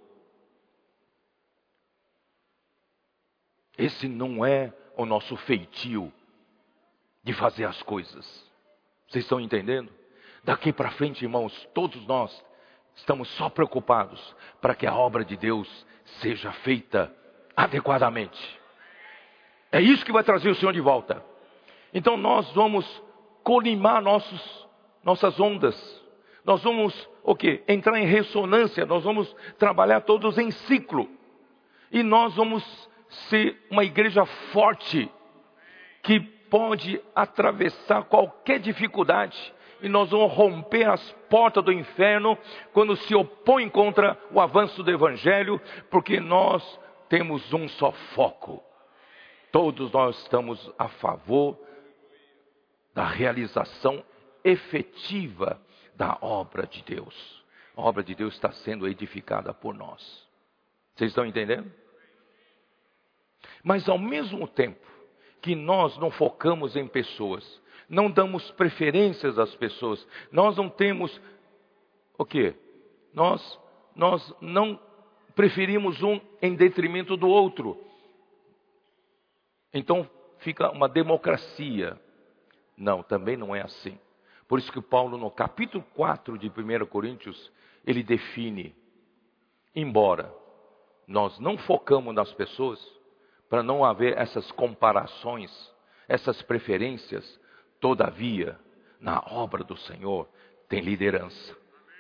Esse não é o nosso feitio de fazer as coisas. Vocês estão entendendo? Daqui para frente, irmãos, todos nós estamos só preocupados para que a obra de Deus seja feita adequadamente. É isso que vai trazer o Senhor de volta. Então nós vamos colimar nossos, nossas ondas. Nós vamos o quê? Entrar em ressonância. Nós vamos trabalhar todos em ciclo. E nós vamos ser uma igreja forte, que pode atravessar qualquer dificuldade. E nós vamos romper as portas do inferno quando se opõe contra o avanço do evangelho, porque nós temos um só foco. Todos nós estamos a favor da realização efetiva da obra de Deus. A obra de Deus está sendo edificada por nós. Vocês estão entendendo? Mas ao mesmo tempo que nós não focamos em pessoas, não damos preferências às pessoas, nós não temos o quê? Nós, nós não preferimos um em detrimento do outro. Então fica uma democracia. Não, também não é assim. Por isso que Paulo, no capítulo quatro de primeira Coríntios, ele define: embora nós não focamos nas pessoas, para não haver essas comparações, essas preferências, todavia, na obra do Senhor tem liderança.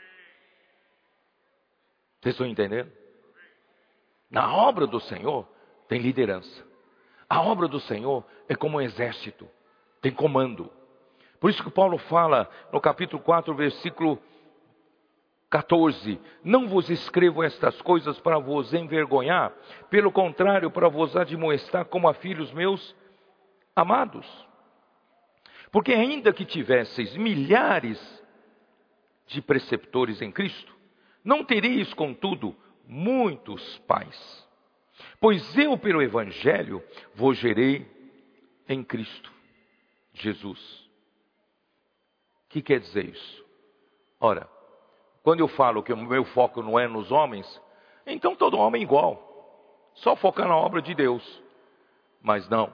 Vocês estão entendendo? Na obra do Senhor tem liderança. A obra do Senhor é como um exército, tem comando. Por isso que Paulo fala no capítulo quatro, versículo catorze: não vos escrevo estas coisas para vos envergonhar, pelo contrário, para vos admoestar como a filhos meus amados. Porque ainda que tivesseis milhares de preceptores em Cristo, não teríeis, contudo, muitos pais. Pois eu, pelo Evangelho, vos gerei em Cristo Jesus. O que quer dizer isso? Ora, quando eu falo que o meu foco não é nos homens, então todo homem é igual. Só focar na obra de Deus. Mas não.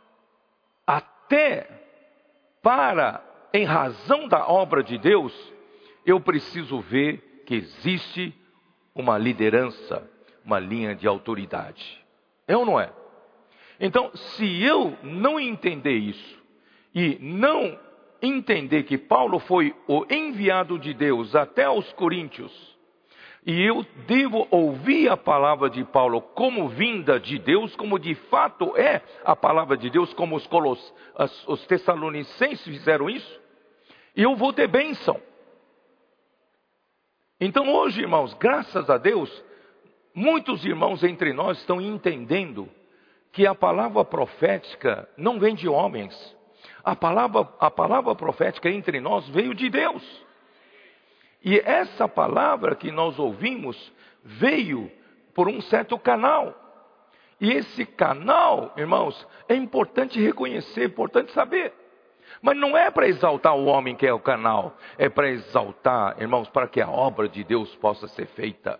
Até para, em razão da obra de Deus, eu preciso ver que existe uma liderança, uma linha de autoridade. É ou não é? Então, se eu não entender isso, e não entender que Paulo foi o enviado de Deus até aos Coríntios, e eu devo ouvir a palavra de Paulo como vinda de Deus, como de fato é a palavra de Deus, como os, Colos, as, os Tessalonicenses fizeram isso, e eu vou ter bênção. Então hoje, irmãos, graças a Deus, muitos irmãos entre nós estão entendendo que a palavra profética não vem de homens. A palavra, a palavra profética entre nós veio de Deus. E essa palavra que nós ouvimos veio por um certo canal. E esse canal, irmãos, é importante reconhecer, é importante saber. Mas não é para exaltar o homem que é o canal. É para exaltar, irmãos, para que a obra de Deus possa ser feita.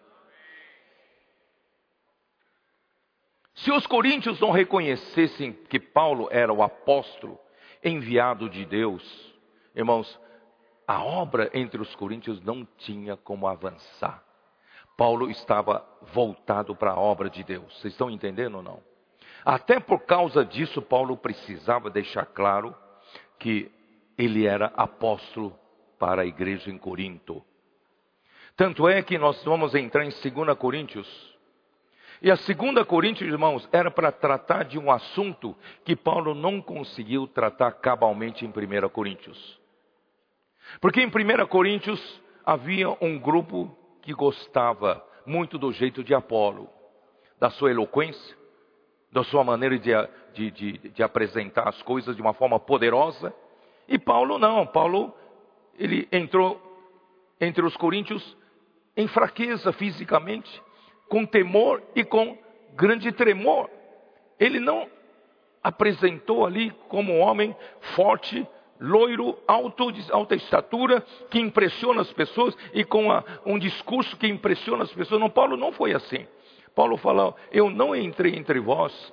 Se os coríntios não reconhecessem que Paulo era o apóstolo enviado de Deus, irmãos, a obra entre os coríntios não tinha como avançar. Paulo estava voltado para a obra de Deus. Vocês estão entendendo ou não? Até por causa disso, Paulo precisava deixar claro que ele era apóstolo para a igreja em Corinto. Tanto é que nós vamos entrar em dois Coríntios. E a dois Coríntios, irmãos, era para tratar de um assunto que Paulo não conseguiu tratar cabalmente em primeira Coríntios. Porque em primeira Coríntios havia um grupo que gostava muito do jeito de Apolo, da sua eloquência, da sua maneira de, de, de, de apresentar as coisas de uma forma poderosa. E Paulo não, Paulo ele entrou entre os coríntios em fraqueza fisicamente, com temor e com grande tremor. Ele não apresentou ali como um homem forte, loiro, alto, de alta estatura, que impressiona as pessoas e com a, um discurso que impressiona as pessoas. Não, Paulo não foi assim. Paulo falou, eu não entrei entre vós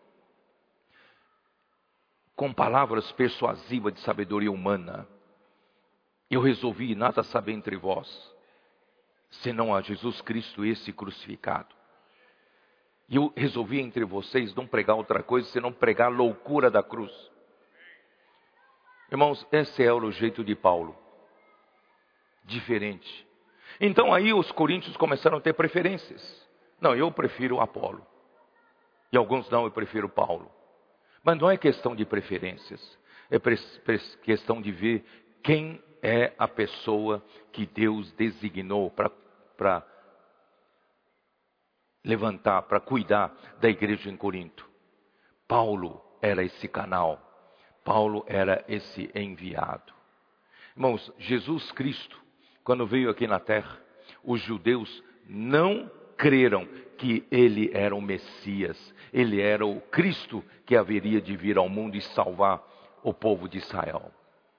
com palavras persuasivas de sabedoria humana. Eu resolvi nada saber entre vós, senão a Jesus Cristo esse crucificado. E eu resolvi entre vocês não pregar outra coisa, senão pregar a loucura da cruz. Irmãos, esse é o jeito de Paulo. Diferente. Então aí os coríntios começaram a ter preferências. Não, eu prefiro Apolo. E alguns não, eu prefiro Paulo. Mas não é questão de preferências. É pre- pre- questão de ver quem é a pessoa que Deus designou para levantar, para cuidar da igreja em Corinto. Paulo era esse canal. Paulo era esse enviado. Irmãos, Jesus Cristo, quando veio aqui na terra, os judeus não creram que ele era o Messias. Ele era o Cristo que haveria de vir ao mundo e salvar o povo de Israel.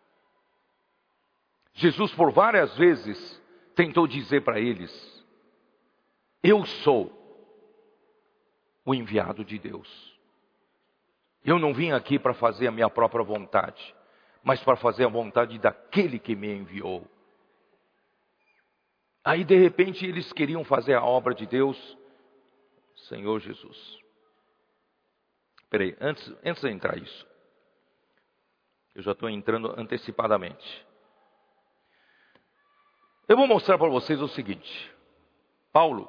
Jesus por várias vezes tentou dizer para eles, eu sou o enviado de Deus. Eu não vim aqui para fazer a minha própria vontade, mas para fazer a vontade daquele que me enviou. Aí de repente eles queriam fazer a obra de Deus, Senhor Jesus. Peraí, antes, antes de entrar isso, eu já estou entrando antecipadamente. Eu vou mostrar para vocês o seguinte. Paulo,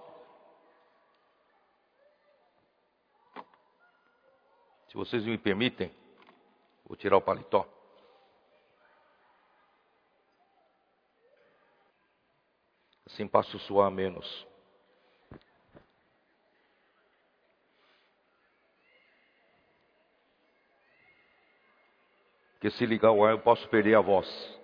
se vocês me permitem, vou tirar o paletó. Assim passo a suar menos. Porque se ligar o ar eu posso perder a voz.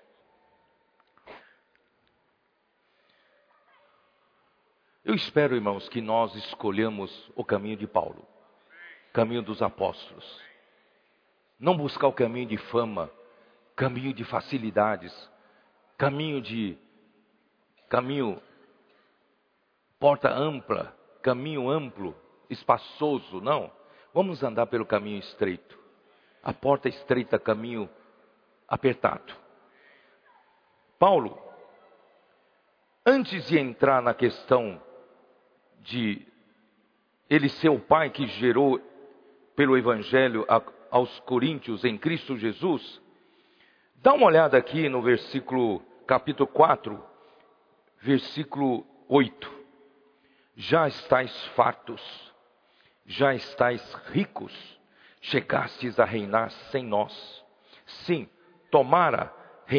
Eu espero, irmãos, que nós escolhamos o caminho de Paulo. Caminho dos apóstolos. Não buscar o caminho de fama, caminho de facilidades, caminho de caminho porta ampla, caminho amplo, espaçoso, não. Vamos andar pelo caminho estreito. A porta estreita, caminho apertado. Paulo, antes de entrar na questão de ele ser o pai que gerou pelo Evangelho a, aos coríntios em Cristo Jesus, dá uma olhada aqui no versículo, capítulo quatro, versículo oito. Já estáis fartos, já estáis ricos, chegastes a reinar sem nós. Sim, tomara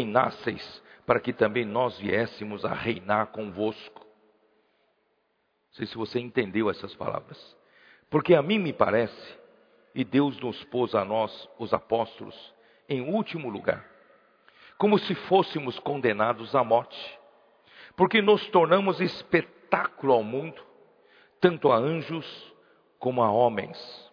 reinasseis, para que também nós viéssemos a reinar convosco. sei se você entendeu essas palavras. Porque a mim me parece, e Deus nos pôs a nós, os apóstolos, em último lugar, como se fôssemos condenados à morte, porque nos tornamos espetáculo ao mundo, tanto a anjos como a homens.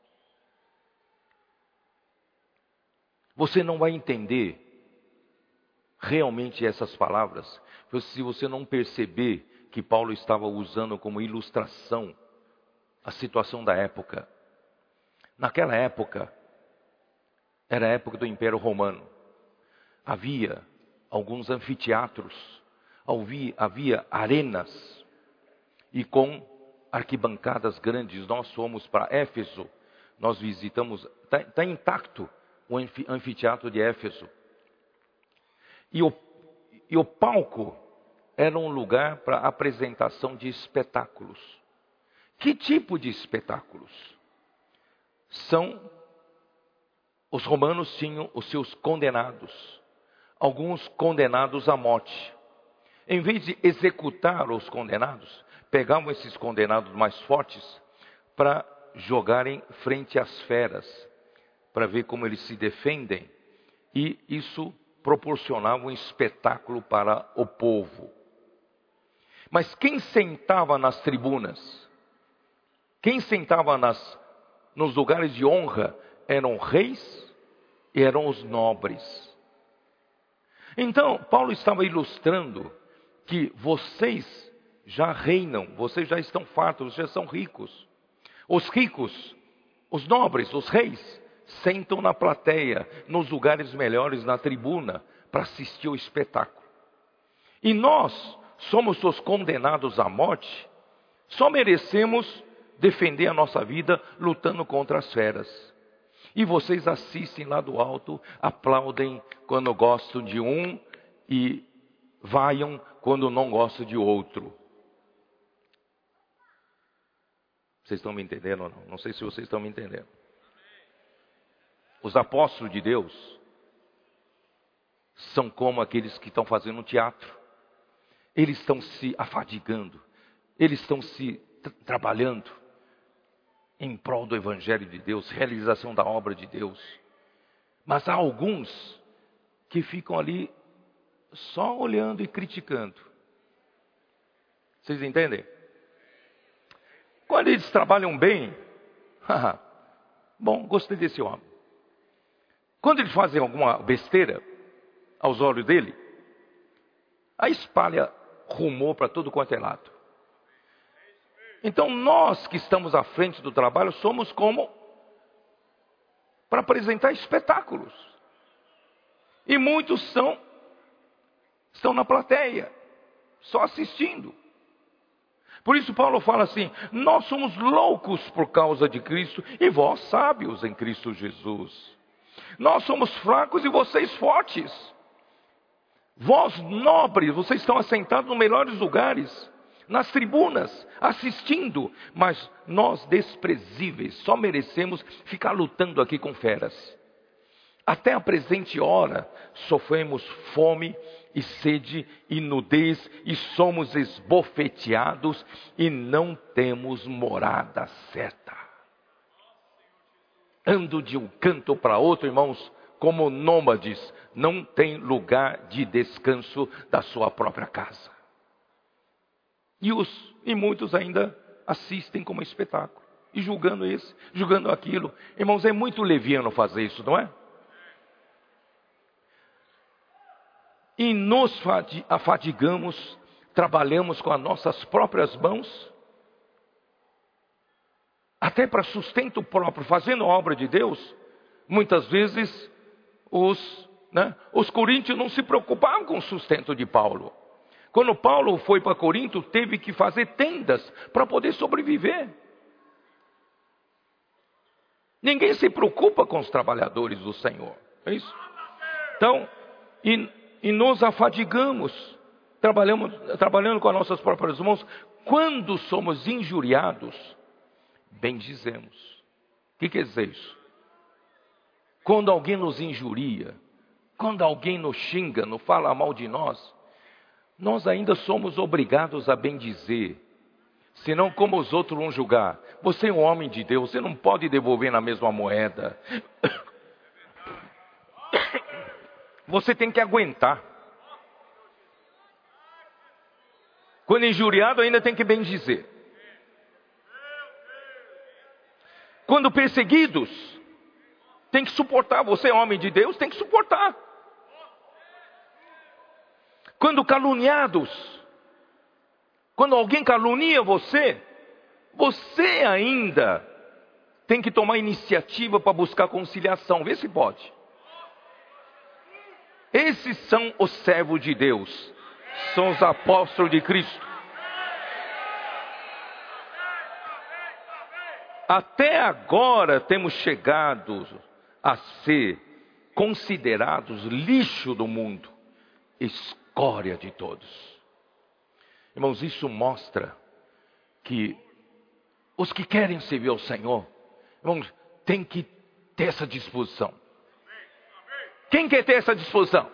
Você não vai entender realmente essas palavras se você não perceber que Paulo estava usando como ilustração a situação da época. Naquela época, era a época do Império Romano. Havia alguns anfiteatros, havia, havia arenas, e com arquibancadas grandes. Nós fomos para Éfeso, nós visitamos, está tá intacto o anfiteatro de Éfeso. E o, e o palco era um lugar para apresentação de espetáculos. Que tipo de espetáculos? São, os romanos tinham os seus condenados, alguns condenados à morte. Em vez de executar os condenados, pegavam esses condenados mais fortes para jogarem frente às feras, para ver como eles se defendem, e isso proporcionava um espetáculo para o povo. Mas quem sentava nas tribunas, quem sentava nas, nos lugares de honra, eram reis e eram os nobres. Então, Paulo estava ilustrando que vocês já reinam, vocês já estão fartos, vocês já são ricos. Os ricos, os nobres, os reis, sentam na plateia, nos lugares melhores, na tribuna, para assistir ao espetáculo. E nós somos os condenados à morte, só merecemos defender a nossa vida lutando contra as feras. E vocês assistem lá do alto, aplaudem quando gostam de um e vaiam quando não gostam de outro. Vocês estão me entendendo ou não? Não sei se vocês estão me entendendo. Os apóstolos de Deus são como aqueles que estão fazendo um teatro. Eles estão se afadigando, eles estão se tra- trabalhando em prol do Evangelho de Deus, realização da obra de Deus. Mas há alguns que ficam ali só olhando e criticando. Vocês entendem? Quando eles trabalham bem, haha, bom, gostei desse homem. Quando eles fazem alguma besteira aos olhos dele, aí espalha rumor para todo quanto é lado. Então nós que estamos à frente do trabalho somos como para apresentar espetáculos. E muitos são estão na plateia, só assistindo. Por isso Paulo fala assim: nós somos loucos por causa de Cristo e vós sábios em Cristo Jesus. Nós somos fracos e vocês fortes. Vós nobres, vocês estão assentados nos melhores lugares, nas tribunas, assistindo. Mas nós desprezíveis, só merecemos ficar lutando aqui com feras. Até a presente hora, sofremos fome e sede e nudez, e somos esbofeteados, e não temos morada certa. Ando de um canto para outro, irmãos, como nômades, não tem lugar de descanso da sua própria casa. E, os, e muitos ainda assistem como espetáculo, e julgando esse, julgando aquilo. Irmãos, é muito leviano fazer isso, não é? E nos afadigamos, trabalhamos com as nossas próprias mãos, até para sustento próprio, fazendo a obra de Deus. Muitas vezes os, né, os coríntios não se preocupavam com o sustento de Paulo. Quando Paulo foi para Corinto, teve que fazer tendas para poder sobreviver. Ninguém se preocupa com os trabalhadores do Senhor, é isso? Então, e, e nos afadigamos, trabalhamos, trabalhando com as nossas próprias mãos. Quando somos injuriados, bendizemos. O que quer dizer isso? Quando alguém nos injuria, quando alguém nos xinga, nos fala mal de nós, nós ainda somos obrigados a bendizer. Senão, como os outros vão julgar? Você é um homem de Deus, você não pode devolver na mesma moeda. Você tem que aguentar. Quando injuriado, ainda tem que bendizer. Quando perseguidos, tem que suportar. Você é homem de Deus, tem que suportar. Quando caluniados, quando alguém calunia você, você ainda tem que tomar iniciativa para buscar conciliação. Vê se pode. Esses são os servos de Deus. São os apóstolos de Cristo. Até agora temos chegado a ser considerados lixo do mundo, escória de todos. Irmãos, isso mostra que os que querem servir ao Senhor, irmãos, tem que ter essa disposição. Quem quer ter essa disposição?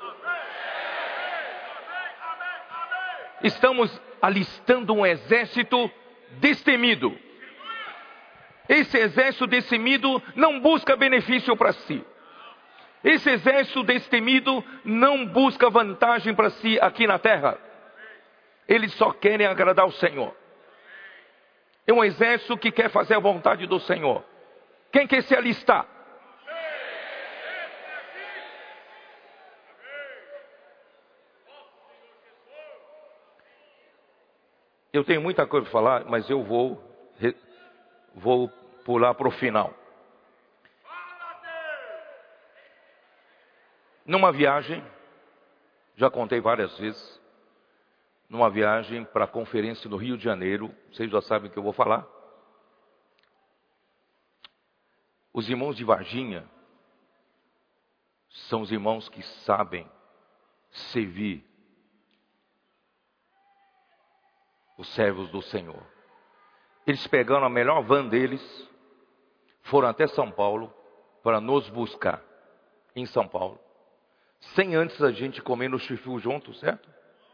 Estamos alistando um exército destemido. Esse exército destemido não busca benefício para si. Esse exército destemido não busca vantagem para si aqui na terra. Eles só querem agradar ao Senhor. É um exército que quer fazer a vontade do Senhor. Quem quer se alistar? Eu tenho muita coisa para falar, mas eu vou, vou pular para o final. Numa viagem, já contei várias vezes, numa viagem para a conferência no Rio de Janeiro, vocês já sabem o que eu vou falar. Os irmãos de Varginha são os irmãos que sabem servir os servos do Senhor. Eles pegaram a melhor van deles, foram até São Paulo para nos buscar em São Paulo, sem antes a gente comer no Chifu junto, certo?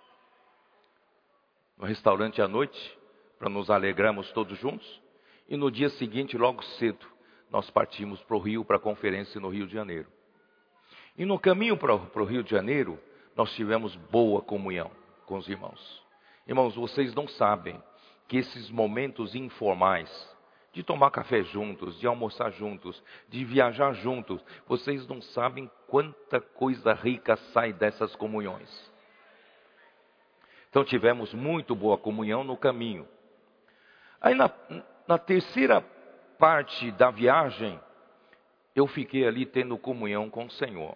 No restaurante à noite, para nos alegrarmos todos juntos. E no dia seguinte, logo cedo, nós partimos para o Rio, para a conferência no Rio de Janeiro. E no caminho para o Rio de Janeiro, nós tivemos boa comunhão com os irmãos. Irmãos, vocês não sabem que esses momentos informais, de tomar café juntos, de almoçar juntos, de viajar juntos, vocês não sabem quanta coisa rica sai dessas comunhões. Então tivemos muito boa comunhão no caminho. Aí na, na terceira parte da viagem, eu fiquei ali tendo comunhão com o Senhor.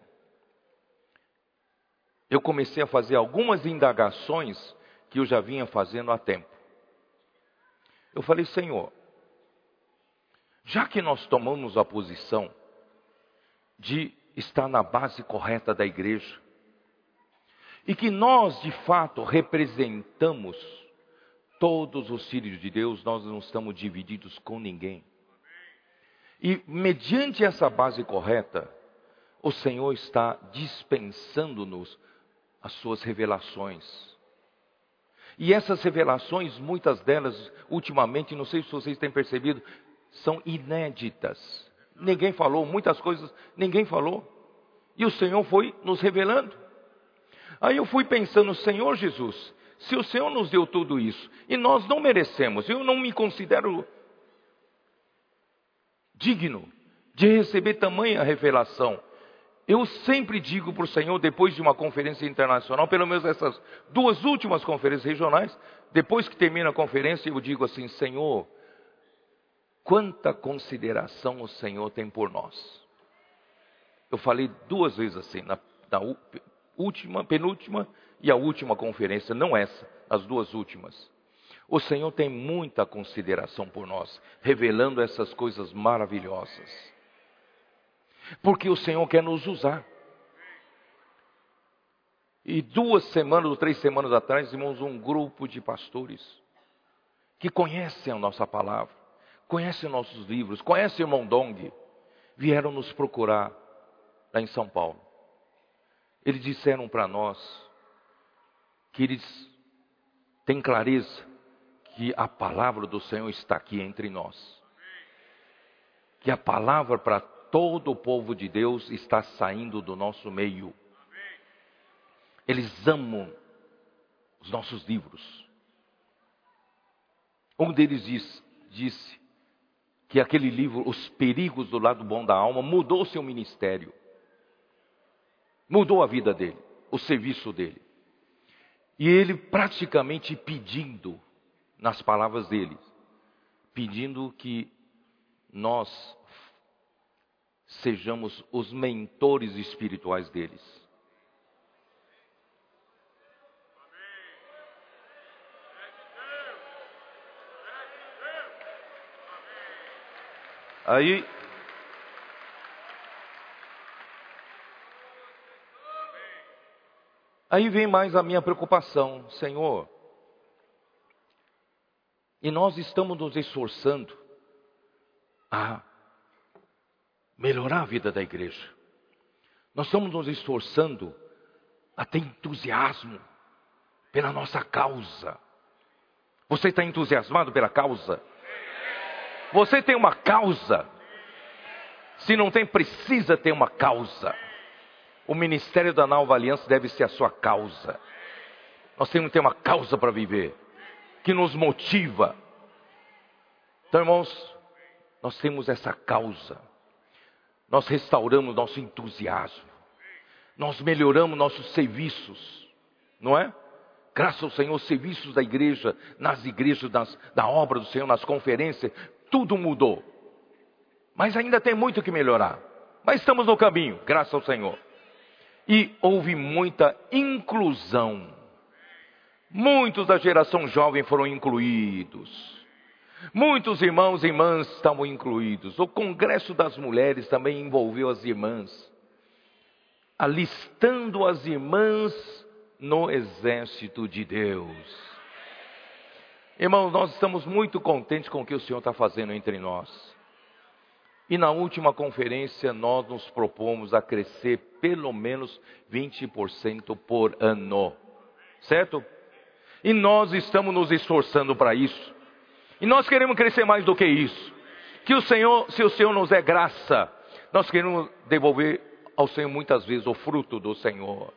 Eu comecei a fazer algumas indagações que eu já vinha fazendo há tempo. Eu falei, Senhor, já que nós tomamos a posição de estar na base correta da igreja, e que nós de fato representamos todos os filhos de Deus, nós não estamos divididos com ninguém. E mediante essa base correta, o Senhor está dispensando-nos as suas revelações. E essas revelações, muitas delas, ultimamente, não sei se vocês têm percebido, são inéditas. Ninguém falou, muitas coisas ninguém falou. E o Senhor foi nos revelando. Aí eu fui pensando, Senhor Jesus, se o Senhor nos deu tudo isso, e nós não merecemos, eu não me considero digno de receber tamanha revelação. Eu sempre digo para o Senhor, depois de uma conferência internacional, pelo menos essas duas últimas conferências regionais, depois que termina a conferência, eu digo assim, Senhor, quanta consideração o Senhor tem por nós. Eu falei duas vezes assim, na, na última, penúltima e a última conferência, não essa, as duas últimas. O Senhor tem muita consideração por nós, revelando essas coisas maravilhosas. Porque o Senhor quer nos usar. E duas semanas ou três semanas atrás, irmãos, um grupo de pastores que conhecem a nossa palavra, conhecem nossos livros, conhecem o irmão Dong, vieram nos procurar lá em São Paulo. Eles disseram para nós que eles têm clareza que a palavra do Senhor está aqui entre nós. Que a palavra para todo o povo de Deus está saindo do nosso meio. Eles amam os nossos livros. Um deles diz, disse que aquele livro, Os Perigos do Lado Bom da Alma, mudou seu ministério. Mudou a vida dele, o serviço dele. E ele praticamente pedindo, nas palavras dele, pedindo que nós sejamos os mentores espirituais deles. Aí, aí vem mais a minha preocupação, Senhor. E nós estamos nos esforçando a melhorar a vida da igreja. Nós estamos nos esforçando a ter entusiasmo pela nossa causa. Você está entusiasmado pela causa? Você tem uma causa? Se não tem, precisa ter uma causa. O ministério da Nova Aliança deve ser a sua causa. Nós temos que ter uma causa para viver, que nos motiva. Então, irmãos, nós temos essa causa. Nós restauramos nosso entusiasmo. Nós melhoramos nossos serviços, não é? Graças ao Senhor, serviços da igreja, nas igrejas, nas, da obra do Senhor, nas conferências, tudo mudou. Mas ainda tem muito que melhorar. Mas estamos no caminho, graças ao Senhor. E houve muita inclusão. Muitos da geração jovem foram incluídos. Muitos irmãos e irmãs estavam incluídos. O Congresso das Mulheres também envolveu as irmãs, alistando as irmãs no exército de Deus. Irmãos, nós estamos muito contentes com o que o Senhor está fazendo entre nós. E na última conferência nós nos propomos a crescer pelo menos vinte por cento por ano. Certo? E nós estamos nos esforçando para isso. E nós queremos crescer mais do que isso. Que o Senhor, se o Senhor nos der graça, nós queremos devolver ao Senhor muitas vezes o fruto do Senhor.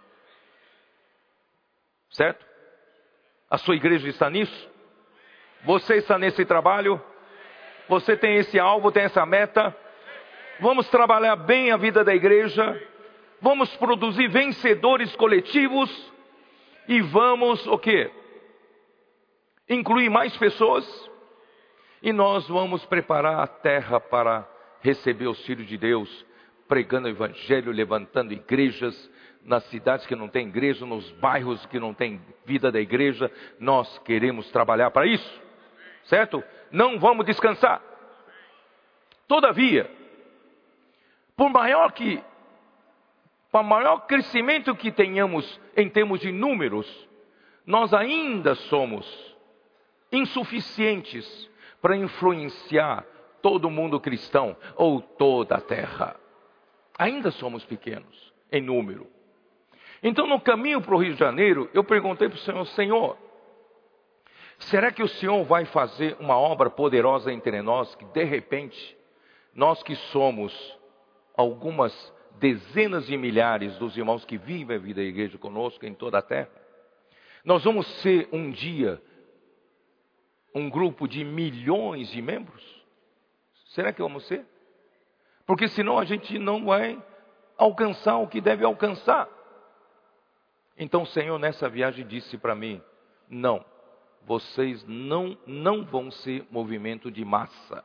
Certo? A sua igreja está nisso? Você está nesse trabalho? Você tem esse alvo, tem essa meta? Vamos trabalhar bem a vida da igreja. Vamos produzir vencedores coletivos. E vamos, o quê? Incluir mais pessoas. E nós vamos preparar a terra para receber os filhos de Deus, pregando o evangelho, levantando igrejas, nas cidades que não tem igreja, nos bairros que não tem vida da igreja. Nós queremos trabalhar para isso, certo? Não vamos descansar. Todavia, por maior que, por maior crescimento que tenhamos em termos de números, nós ainda somos insuficientes para influenciar todo o mundo cristão ou toda a terra. Ainda somos pequenos em número. Então, no caminho para o Rio de Janeiro, eu perguntei para o Senhor: Senhor, será que o Senhor vai fazer uma obra poderosa entre nós, que de repente, nós que somos algumas dezenas de milhares dos irmãos que vivem a vida da igreja conosco em toda a terra, nós vamos ser um dia um grupo de milhões de membros? Será que vamos ser? Porque senão a gente não vai alcançar o que deve alcançar. Então o Senhor nessa viagem disse para mim: não, vocês não, não vão ser movimento de massa.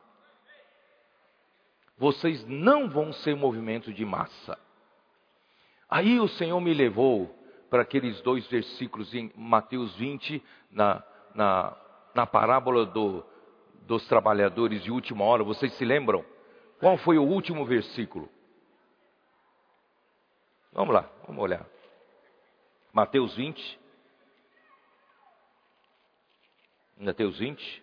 Vocês não vão ser movimento de massa. Aí o Senhor me levou para aqueles dois versículos em Mateus vinte, na, na, na parábola do, dos trabalhadores de última hora. Vocês se lembram? Qual foi o último versículo? Vamos lá, vamos olhar. Mateus vinte. Mateus vinte.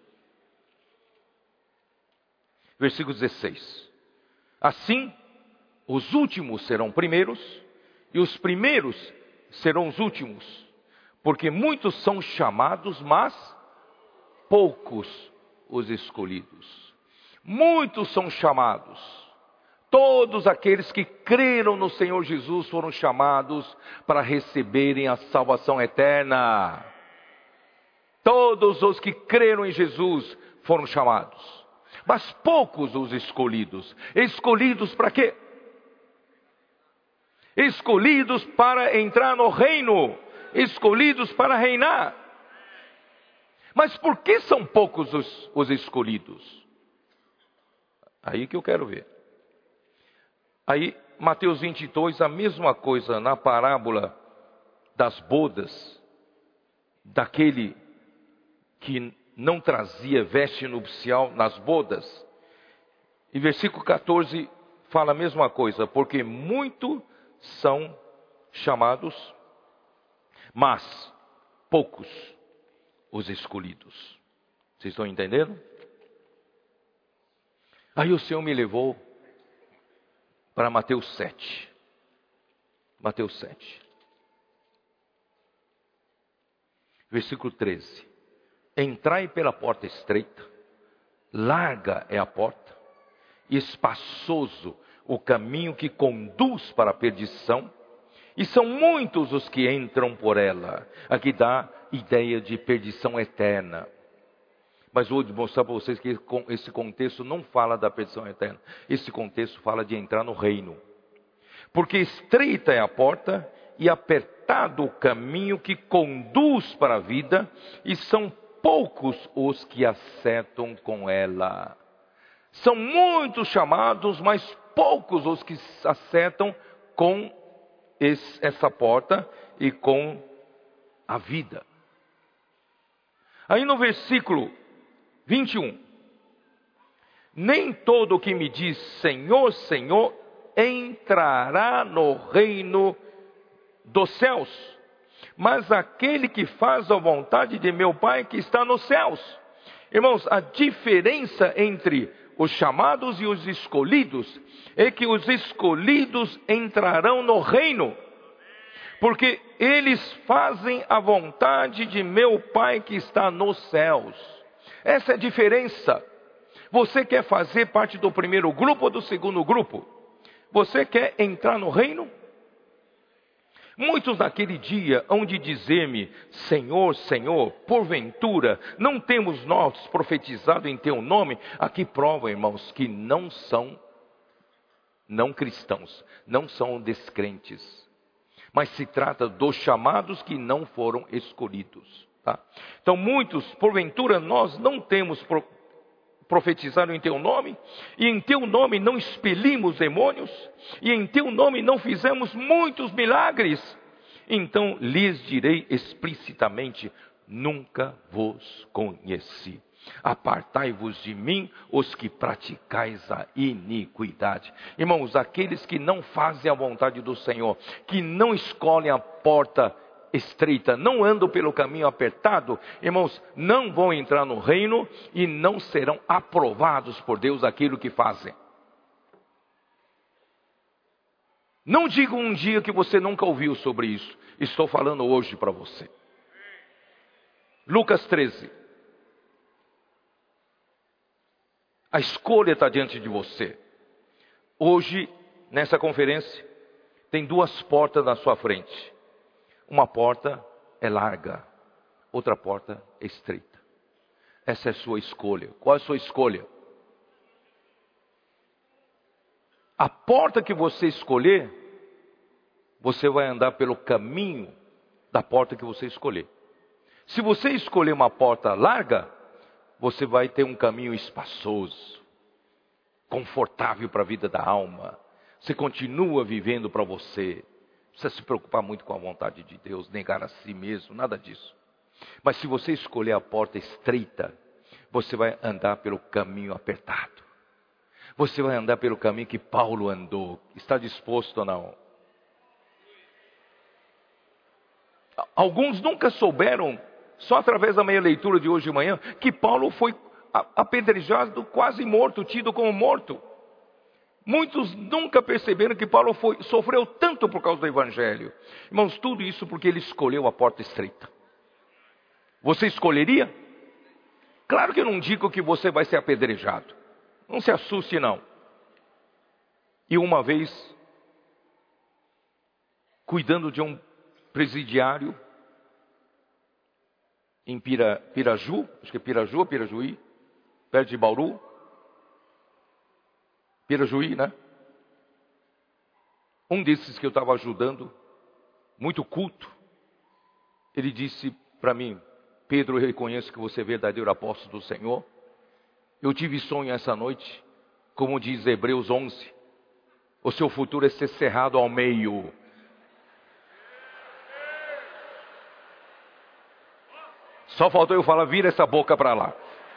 Versículo dezesseis. Assim, os últimos serão primeiros, e os primeiros serão os últimos. Porque muitos são chamados, mas poucos os escolhidos. Muitos são chamados. Todos aqueles que creram no Senhor Jesus foram chamados para receberem a salvação eterna. Todos os que creram em Jesus foram chamados. Mas poucos os escolhidos. Escolhidos para quê? Escolhidos para entrar no reino. Escolhidos para reinar. Mas por que são poucos os, os escolhidos? Aí que eu quero ver. Aí, Mateus vinte e dois, a mesma coisa na parábola das bodas, daquele que não trazia veste nupcial nas bodas. E versículo quatorze fala a mesma coisa, porque muitos são chamados, mas poucos os escolhidos. Vocês estão entendendo? Aí o Senhor me levou para Mateus sete. Mateus sete. Versículo treze. Entrai pela porta estreita, larga é a porta, e espaçoso o caminho que conduz para a perdição, e são muitos os que entram por ela. Aqui dá ideia de perdição eterna. Mas vou mostrar para vocês que esse contexto não fala da perdição eterna. Esse contexto fala de entrar no reino. Porque estreita é a porta e apertado o caminho que conduz para a vida, e são poucos os que acertam com ela. São muitos chamados, mas poucos os que acertam com esse, essa porta e com a vida. Aí no versículo vinte e um. Nem todo o que me diz Senhor, Senhor, entrará no reino dos céus, mas aquele que faz a vontade de meu Pai que está nos céus. Irmãos, a diferença entre os chamados e os escolhidos é que os escolhidos entrarão no reino, porque eles fazem a vontade de meu Pai que está nos céus. Essa é a diferença. Você quer fazer parte do primeiro grupo ou do segundo grupo? Você quer entrar no reino? Muitos naquele dia hão de dizer-me, Senhor, Senhor, porventura, não temos nós profetizado em teu nome? Aqui prova, irmãos, que não são não cristãos, não são descrentes. Mas se trata dos chamados que não foram escolhidos. Tá? Então muitos, porventura, nós não temos pro, profetizado em teu nome, e em teu nome não expelimos demônios, e em teu nome não fizemos muitos milagres. Então lhes direi explicitamente, nunca vos conheci. Apartai-vos de mim, os que praticais a iniquidade. Irmãos, aqueles que não fazem a vontade do Senhor, que não escolhem a porta estreita, não andam pelo caminho apertado, irmãos, não vão entrar no reino e não serão aprovados por Deus aquilo que fazem. Não diga um dia que você nunca ouviu sobre isso. Estou falando hoje para você. Lucas treze. A escolha está diante de você. Hoje, nessa conferência, tem duas portas na sua frente. Uma porta é larga, outra porta é estreita. Essa é a sua escolha. Qual é a sua escolha? A porta que você escolher, você vai andar pelo caminho da porta que você escolher. Se você escolher uma porta larga, você vai ter um caminho espaçoso, confortável para a vida da alma. Você continua vivendo para você. Não precisa se preocupar muito com a vontade de Deus, negar a si mesmo, nada disso. Mas se você escolher a porta estreita, você vai andar pelo caminho apertado. Você vai andar pelo caminho que Paulo andou. Está disposto ou não? Alguns nunca souberam, só através da minha leitura de hoje de manhã, que Paulo foi apedrejado, quase morto, tido como morto. Muitos nunca perceberam que Paulo foi, sofreu tanto por causa do Evangelho. Irmãos, tudo isso porque ele escolheu a porta estreita. Você escolheria? Claro que eu não digo que você vai ser apedrejado. Não se assuste, não. E uma vez, cuidando de um presidiário em Pira, Piraju, acho que é Piraju ou Pirajuí, perto de Bauru. Pirajuí, né? Um desses que eu estava ajudando, muito culto, ele disse para mim: Pedro, eu reconheço que você é verdadeiro apóstolo do Senhor. Eu tive sonho essa noite, como diz Hebreus onze, o seu futuro é ser cerrado ao meio. Só faltou eu falar: vira essa boca para lá.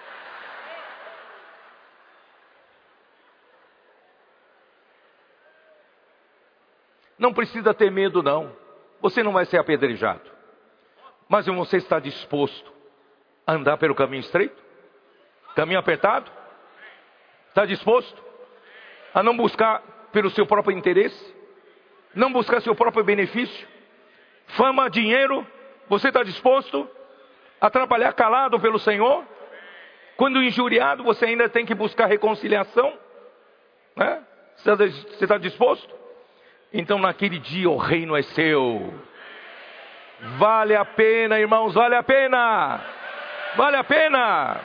Não precisa ter medo, não. Você não vai ser apedrejado. Mas você está disposto a andar pelo caminho estreito? Caminho apertado? Está disposto a não buscar pelo seu próprio interesse? Não buscar seu próprio benefício? Fama, dinheiro? Você está disposto a trabalhar calado pelo Senhor? Quando injuriado, você ainda tem que buscar reconciliação? Né? Você está disposto? Então naquele dia o reino é seu. Vale a pena, irmãos, vale a pena. Vale a pena.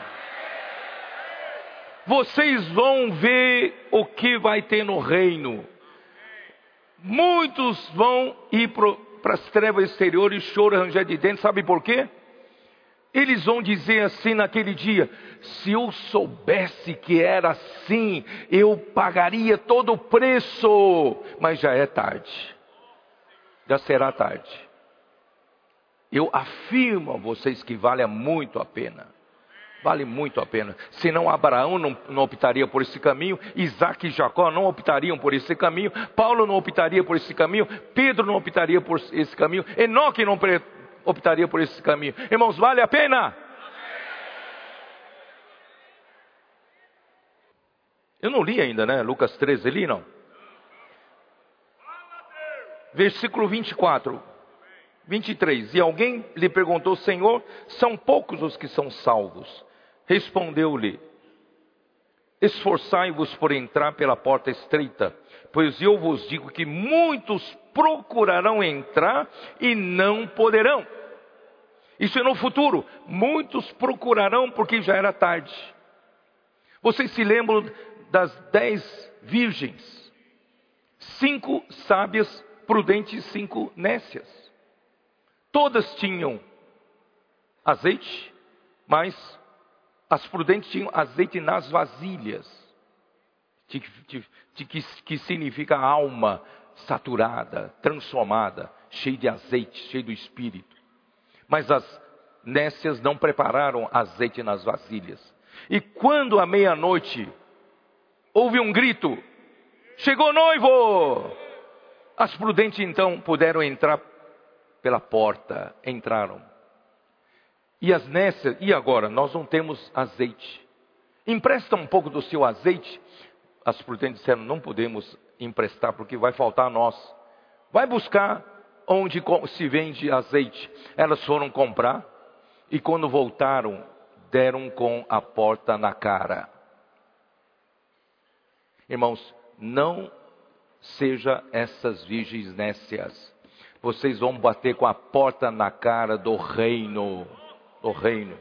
Vocês vão ver o que vai ter no reino. Muitos vão ir para as trevas exteriores, choro e ranger de dentes. Sabe por quê? Eles vão dizer assim naquele dia: se eu soubesse que era assim, eu pagaria todo o preço. Mas já é tarde. Já será tarde. Eu afirmo a vocês que vale muito a pena. Vale muito a pena. Senão Abraão não, não optaria por esse caminho. Isaac e Jacó não optariam por esse caminho. Paulo não optaria por esse caminho. Pedro não optaria por esse caminho. Enoque não optaria por esse caminho. Irmãos, vale a pena? Eu não li ainda, né? Lucas treze, li não? Versículo vinte e quatro. vinte e três. E alguém lhe perguntou: Senhor, são poucos os que são salvos? Respondeu-lhe: esforçai-vos por entrar pela porta estreita, pois eu vos digo que muitos procurarão entrar e não poderão. Isso é no futuro. Muitos procurarão porque já era tarde. Vocês se lembram das dez virgens? Cinco sábias, prudentes, cinco nécias. Todas tinham azeite, mas as prudentes tinham azeite nas vasilhas, que, que, que, que significa alma saturada, transformada, cheia de azeite, cheia do Espírito. Mas as nécias não prepararam azeite nas vasilhas. E quando à meia-noite houve um grito: chegou o noivo! As prudentes então puderam entrar pela porta, entraram. E as nécias, e agora? Nós não temos azeite. Empresta um pouco do seu azeite. As prudentes disseram: não podemos emprestar porque vai faltar a nós. Vai buscar onde se vende azeite. Elas foram comprar e quando voltaram, deram com a porta na cara. Irmãos, não seja essas virgens nécias. Vocês vão bater com a porta na cara do reino. Do reino.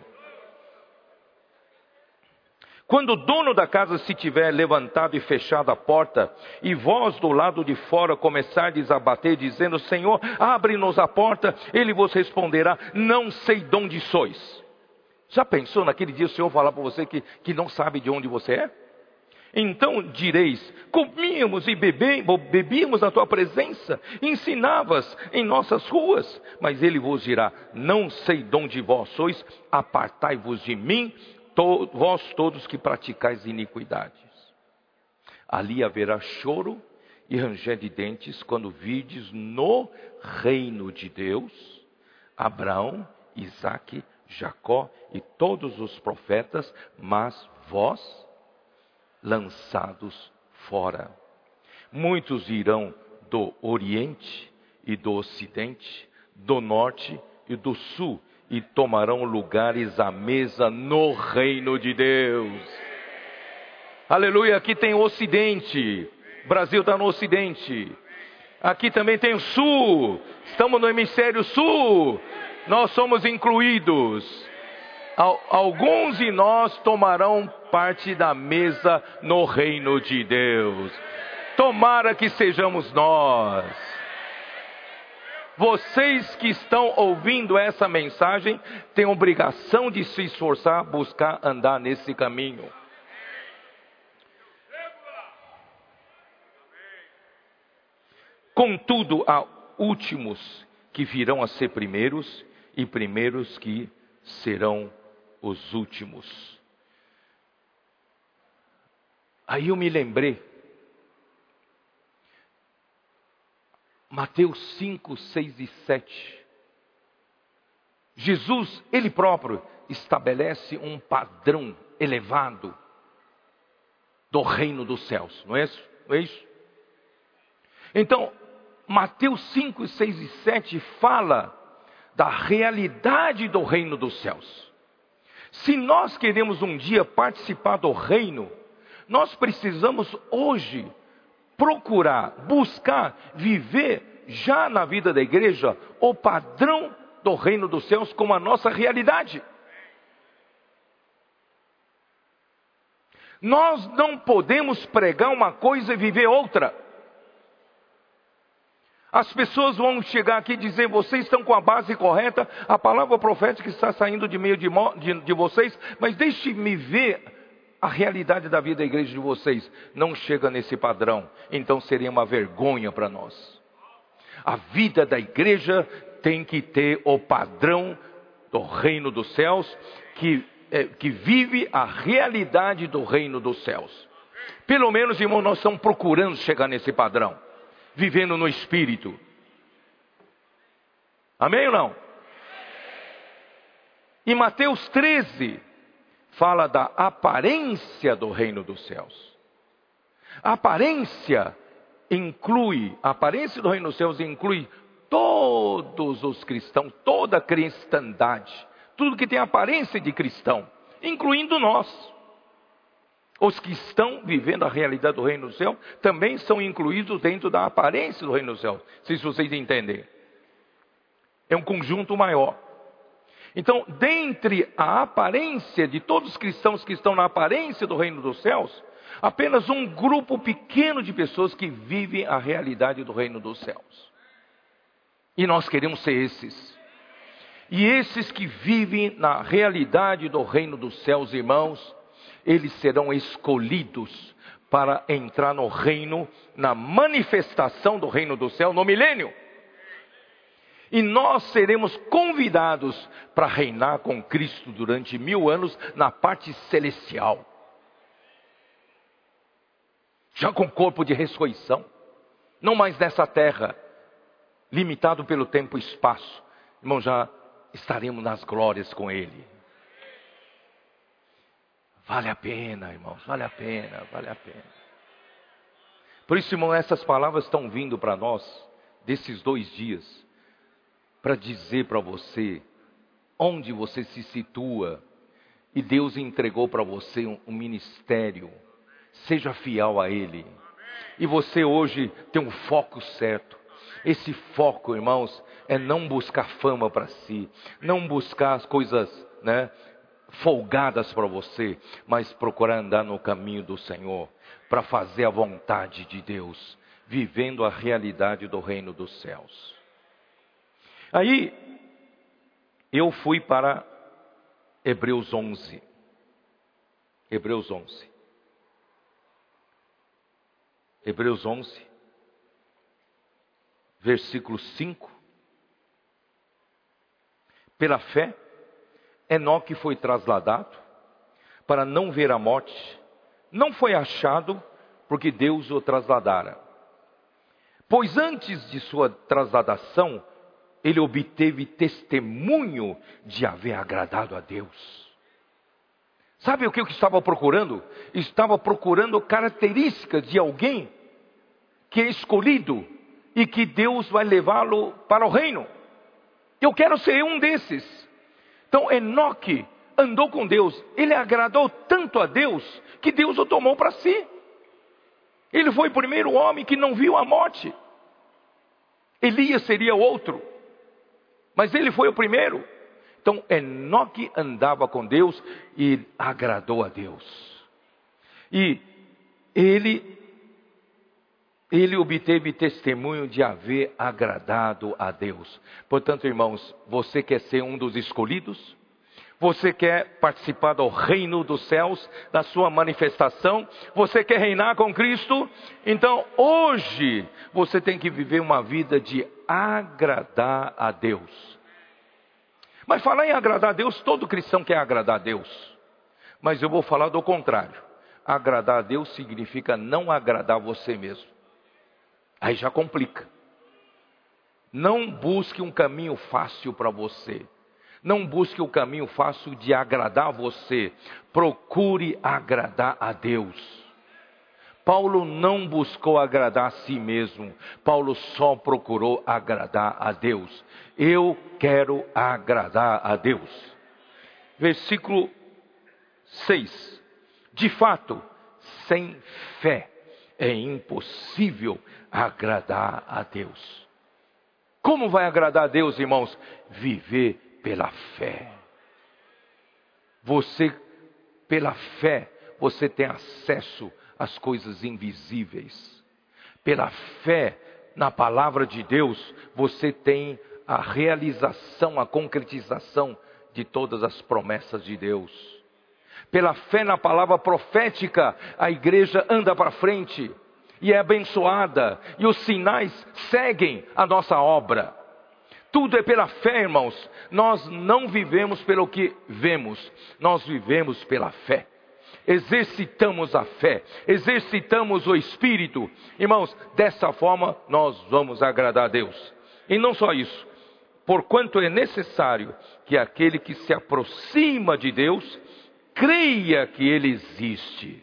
Quando o dono da casa se tiver levantado e fechado a porta, e vós do lado de fora começardes a bater, dizendo: Senhor, abre-nos a porta, ele vos responderá: não sei de onde sois. Já pensou naquele dia o Senhor falar para você que, que não sabe de onde você é? Então direis: comíamos e bebíamos na tua presença, ensinavas em nossas ruas. Mas ele vos dirá: não sei de onde vós sois, apartai-vos de mim, to, vós todos que praticais iniquidades. Ali haverá choro e ranger de dentes, quando virdes no reino de Deus Abraão, Isaque, Jacó e todos os profetas, mas vós lançados fora. Muitos irão do Oriente e do Ocidente, do Norte e do Sul, e tomarão lugares à mesa no reino de Deus. Aleluia, aqui tem o Ocidente, Brasil está no Ocidente. Aqui também tem o Sul, estamos no hemisfério Sul, nós somos incluídos. Alguns de nós tomarão parte da mesa no reino de Deus. Tomara que sejamos nós. Vocês que estão ouvindo essa mensagem têm obrigação de se esforçar, buscar andar nesse caminho. Contudo, há últimos que virão a ser primeiros e primeiros que serão os últimos. Aí eu me lembrei. Mateus cinco, seis e sete. Jesus, Ele próprio, estabelece um padrão elevado do reino dos céus. Não é isso? Não é isso? Então, Mateus cinco, seis e sete fala da realidade do reino dos céus. Se nós queremos um dia participar do reino, nós precisamos hoje procurar, buscar, viver já na vida da igreja o padrão do reino dos céus como a nossa realidade. Nós não podemos pregar uma coisa e viver outra. As pessoas vão chegar aqui e dizer, vocês estão com a base correta, a palavra profética está saindo de meio de, de, de vocês, mas deixe-me ver a realidade da vida da igreja de vocês. Não chega nesse padrão, então seria uma vergonha para nós. A vida da igreja tem que ter o padrão do reino dos céus, que, é, que vive a realidade do reino dos céus. Pelo menos, irmão, nós estamos procurando chegar nesse padrão. Vivendo no Espírito. Amém ou não? E Mateus treze fala da aparência do reino dos céus. A aparência inclui, a aparência do reino dos céus inclui todos os cristãos, toda a cristandade, tudo que tem aparência de cristão, incluindo nós. Os que estão vivendo a realidade do reino do céu também são incluídos dentro da aparência do reino do céu. Se vocês entenderem. É um conjunto maior. Então, dentre a aparência de todos os cristãos que estão na aparência do reino dos céus, apenas um grupo pequeno de pessoas que vivem a realidade do reino dos céus. E nós queremos ser esses. E esses que vivem na realidade do reino dos céus, irmãos, eles serão escolhidos para entrar no reino, na manifestação do reino do céu, no milênio. E nós seremos convidados para reinar com Cristo durante mil anos na parte celestial. Já com corpo de ressurreição. Não mais nessa terra, limitado pelo tempo e espaço. Irmão, já estaremos nas glórias com Ele. Vale a pena, irmãos, vale a pena, vale a pena. Por isso, irmão, essas palavras estão vindo para nós, desses dois dias, para dizer para você, onde você se situa, e Deus entregou para você um, um ministério, seja fiel a Ele. E você hoje tem um foco certo. Esse foco, irmãos, é não buscar fama para si, não buscar as coisas, né, folgadas para você, mas procurar andar no caminho do Senhor, para fazer a vontade de Deus, vivendo a realidade do reino dos céus. Aí, eu fui para Hebreus onze. Hebreus onze. Hebreus onze, versículo cinco. Pela fé, Enoque foi trasladado para não ver a morte. Não foi achado porque Deus o trasladara. Pois antes de sua trasladação, ele obteve testemunho de haver agradado a Deus. Sabe o que eu estava procurando? Estava procurando características de alguém que é escolhido e que Deus vai levá-lo para o reino. Eu quero ser um desses. Então Enoque andou com Deus. Ele agradou tanto a Deus que Deus o tomou para si. Ele foi o primeiro homem que não viu a morte. Elias seria outro, mas ele foi o primeiro. Então Enoque andava com Deus e agradou a Deus. E ele, ele obteve testemunho de haver agradado a Deus. Portanto, irmãos, você quer ser um dos escolhidos? Você quer participar do reino dos céus, da sua manifestação? Você quer reinar com Cristo? Então hoje você tem que viver uma vida de agradar a Deus. Mas falar em agradar a Deus, todo cristão quer agradar a Deus. Mas eu vou falar do contrário. Agradar a Deus significa não agradar você mesmo. Aí já complica. Não busque um caminho fácil para você. Não busque o caminho fácil de agradar você. Procure agradar a Deus. Paulo não buscou agradar a si mesmo. Paulo só procurou agradar a Deus. Eu quero agradar a Deus. Versículo seis. De fato, sem fé é impossível agradar a Deus. Como vai agradar a Deus, irmãos? Viver pela fé. Você, pela fé, você tem acesso às coisas invisíveis. Pela fé na palavra de Deus, você tem a realização, a concretização de todas as promessas de Deus. Pela fé na palavra profética, a igreja anda para frente e é abençoada, e os sinais seguem a nossa obra. Tudo é pela fé, irmãos. Nós não vivemos pelo que vemos, nós vivemos pela fé. Exercitamos a fé, exercitamos o Espírito. Irmãos, dessa forma nós vamos agradar a Deus. E não só isso, porquanto é necessário que aquele que se aproxima de Deus, creia que Ele existe.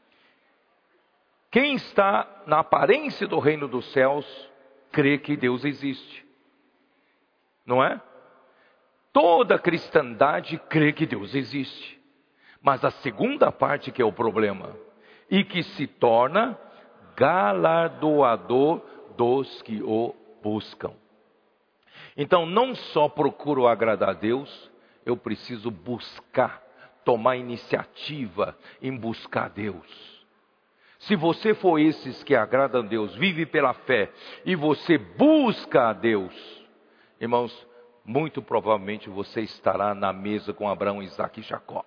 Quem está na aparência do reino dos céus, crê que Deus existe. Não é? Toda a cristandade crê que Deus existe. Mas a segunda parte que é o problema. E que se torna galardoador dos que o buscam. Então não só procuro agradar a Deus, eu preciso buscar, tomar iniciativa em buscar a Deus. Se você for esses que agradam a Deus, vive pela fé, e você busca a Deus, irmãos, muito provavelmente você estará na mesa com Abraão, Isaque e Jacó.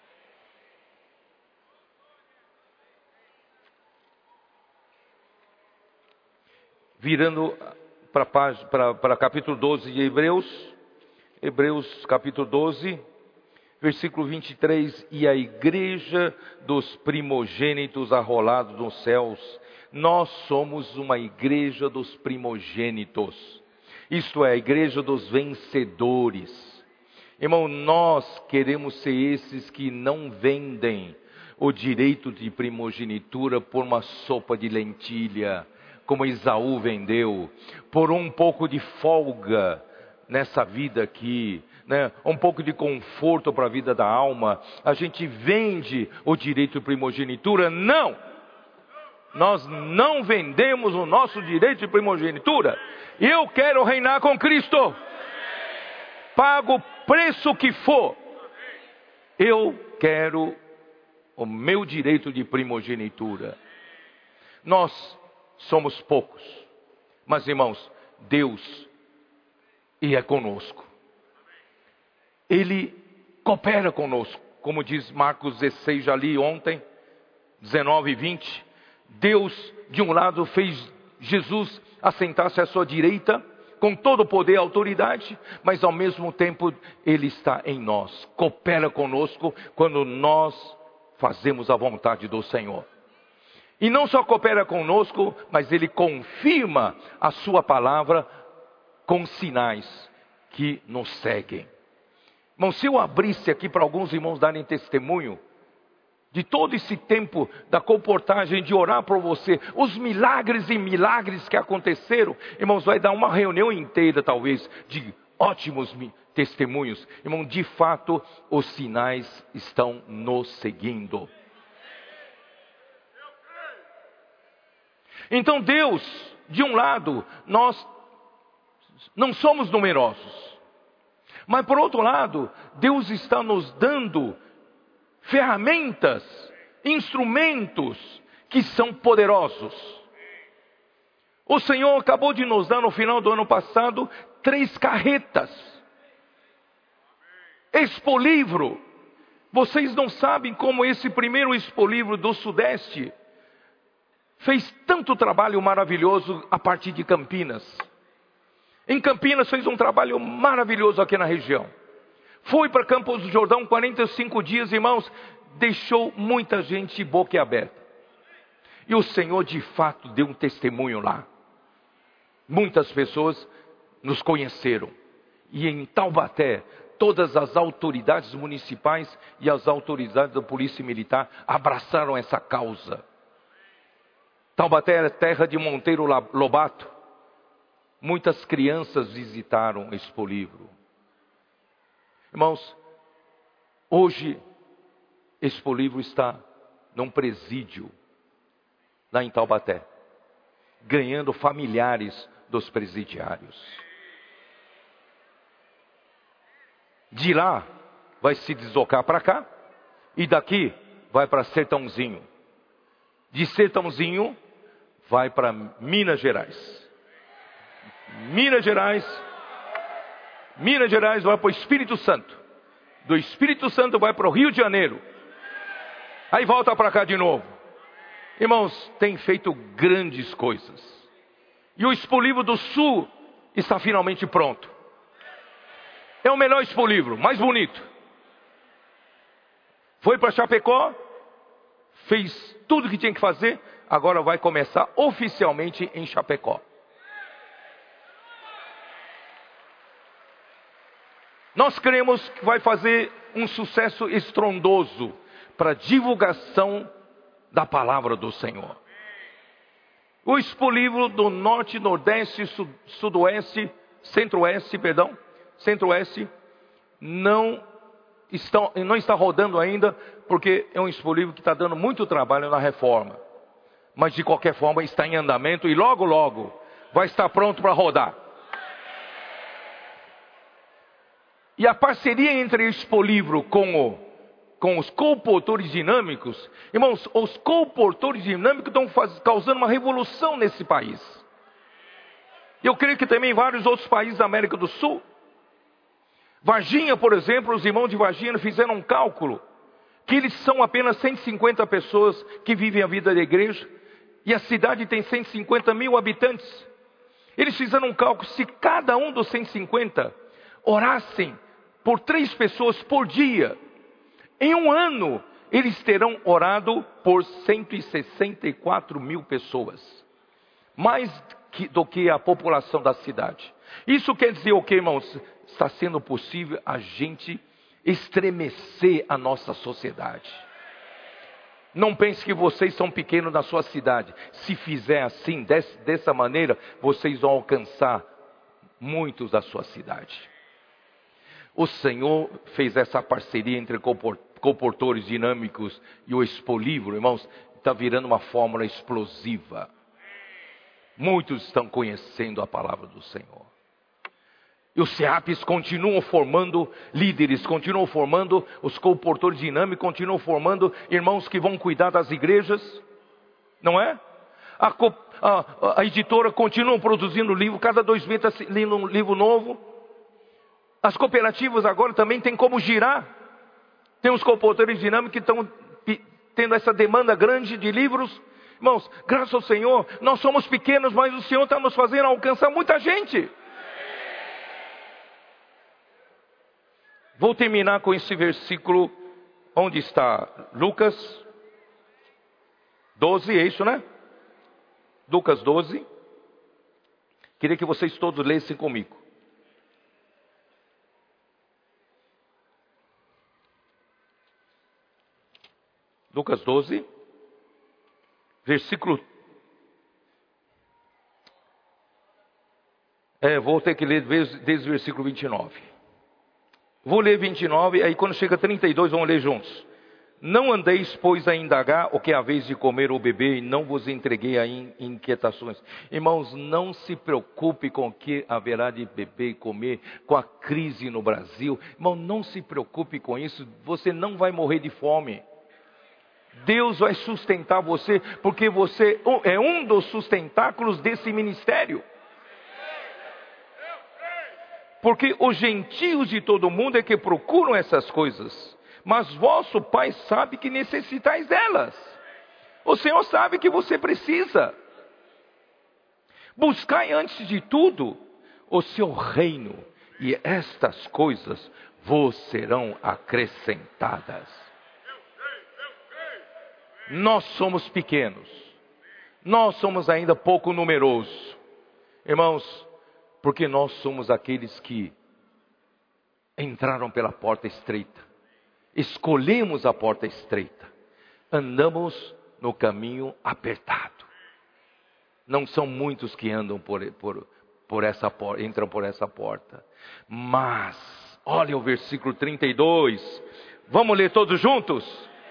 Virando para capítulo doze de Hebreus, Hebreus capítulo doze, versículo vinte e três, e a igreja dos primogênitos arrolados nos céus, nós somos uma igreja dos primogênitos, isto é, a igreja dos vencedores. Irmão, nós queremos ser esses que não vendem o direito de primogenitura por uma sopa de lentilha, como Esaú vendeu, por um pouco de folga nessa vida aqui, né? Um pouco de conforto para a vida da alma, a gente vende o direito de primogenitura. Não! Nós não vendemos o nosso direito de primogenitura. Eu quero reinar com Cristo. Pago o preço que for. Eu quero o meu direito de primogenitura. Nós somos poucos, mas irmãos, Deus é conosco. Ele coopera conosco, como diz Marcos dezesseis, já li ontem, dezenove e vinte. Deus, de um lado, fez Jesus assentar-se à sua direita, com todo o poder e autoridade, mas ao mesmo tempo, Ele está em nós, coopera conosco, quando nós fazemos a vontade do Senhor. E não só coopera conosco, mas Ele confirma a sua palavra com sinais que nos seguem. Irmão, se eu abrisse aqui para alguns irmãos darem testemunho de todo esse tempo da comportagem de orar por você, os milagres e milagres que aconteceram, irmãos, vai dar uma reunião inteira talvez de ótimos testemunhos. Irmão, de fato, os sinais estão nos seguindo. Então Deus, de um lado, nós não somos numerosos. Mas por outro lado, Deus está nos dando ferramentas, instrumentos que são poderosos. O Senhor acabou de nos dar no final do ano passado três carretas. Expolivro. Vocês não sabem como esse primeiro expolivro do Sudeste fez tanto trabalho maravilhoso a partir de Campinas. Em Campinas fez um trabalho maravilhoso aqui na região. Foi para Campos do Jordão, quarenta e cinco dias, irmãos, deixou muita gente boquiaberta. E o Senhor de fato deu um testemunho lá. Muitas pessoas nos conheceram. E em Taubaté, todas as autoridades municipais e as autoridades da Polícia Militar abraçaram essa causa. Taubaté era terra de Monteiro Lobato. Muitas crianças visitaram Expolivro. Irmãos, hoje Expolivro está num presídio lá em Taubaté, ganhando familiares dos presidiários. De lá vai se deslocar para cá e daqui vai para Sertãozinho. De Sertãozinho vai para Minas Gerais. Minas Gerais, Minas Gerais vai para o Espírito Santo. Do Espírito Santo vai para o Rio de Janeiro. Aí volta para cá de novo. Irmãos, tem feito grandes coisas. E o Expolivro do Sul está finalmente pronto. É o melhor Expolivro, mais bonito. Foi para Chapecó, fez tudo o que tinha que fazer, agora vai começar oficialmente em Chapecó. Nós cremos que vai fazer um sucesso estrondoso para a divulgação da palavra do Senhor. O Expolivro do Norte, Nordeste, Sud, Sudoeste, Centro-Oeste, perdão, Centro-Oeste, não, estão, não está rodando ainda, porque é um Expolivro que está dando muito trabalho na reforma. Mas de qualquer forma está em andamento e logo, logo vai estar pronto para rodar. E a parceria entre o Expolivro com o com os comportores dinâmicos, irmãos, os comportores dinâmicos estão faz, causando uma revolução nesse país. Eu creio que também em vários outros países da América do Sul. Varginha, por exemplo, os irmãos de Varginha fizeram um cálculo, que eles são apenas cento e cinquenta pessoas que vivem a vida da igreja, e a cidade tem cento e cinquenta mil habitantes. Eles fizeram um cálculo, se cada um dos cento e cinquenta orassem por três pessoas por dia, em um ano, eles terão orado por cento e sessenta e quatro mil pessoas. Mais que, do que a população da cidade. Isso quer dizer o que, irmãos? Está sendo possível a gente estremecer a nossa sociedade. Não pense que vocês são pequenos na sua cidade. Se fizer assim, desse, dessa maneira, vocês vão alcançar muitos da sua cidade. O Senhor fez essa parceria entre comportores dinâmicos e o Expolivro, irmãos, está virando uma fórmula explosiva. Muitos estão conhecendo a palavra do Senhor. E os SEAPs continuam formando líderes, continuam formando os comportores dinâmicos, continuam formando irmãos que vão cuidar das igrejas, não é? A, a, a editora continua produzindo livro, cada dois meses está lendo um livro novo. As cooperativas agora também têm como girar. Tem os comportores dinâmicos que estão tendo essa demanda grande de livros. Irmãos, graças ao Senhor, nós somos pequenos, mas o Senhor está nos fazendo alcançar muita gente. Vou terminar com esse versículo, onde está Lucas doze, é isso, né? Lucas doze. Queria que vocês todos lessem comigo. Lucas doze, versículo É, vou ter que ler desde, desde o versículo vinte e nove. Vou ler vinte e nove, aí quando chega trinta e dois, vamos ler juntos. Não andeis, pois, a indagar o que é a vez de comer ou beber, e não vos entreguei a inquietações. Irmãos, não se preocupe com o que haverá de beber e comer, com a crise no Brasil. Irmão, não se preocupe com isso, você não vai morrer de fome. Deus vai sustentar você, porque você é um dos sustentáculos desse ministério. Porque os gentios de todo mundo é que procuram essas coisas. Mas vosso Pai sabe que necessitais delas. O Senhor sabe que você precisa. Buscai antes de tudo o seu reino, e estas coisas vos serão acrescentadas. Nós somos pequenos. Nós somos ainda pouco numerosos. Irmãos, porque nós somos aqueles que entraram pela porta estreita. Escolhemos a porta estreita, andamos no caminho apertado. Não são muitos que andam por, por, por essa porta, entram por essa porta. Mas, olha o versículo trinta e dois, vamos ler todos juntos?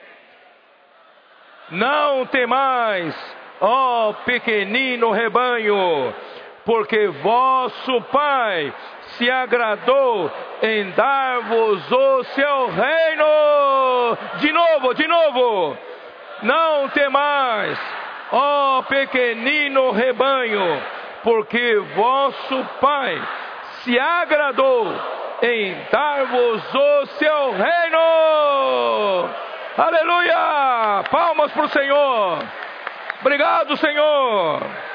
Não temais, ó pequenino rebanho, porque vosso Pai se agradou em dar-vos o seu reino. De novo, de novo. Não temais, ó pequenino rebanho, porque vosso Pai se agradou em dar-vos o seu reino. Aleluia! Palmas para o Senhor. Obrigado, Senhor.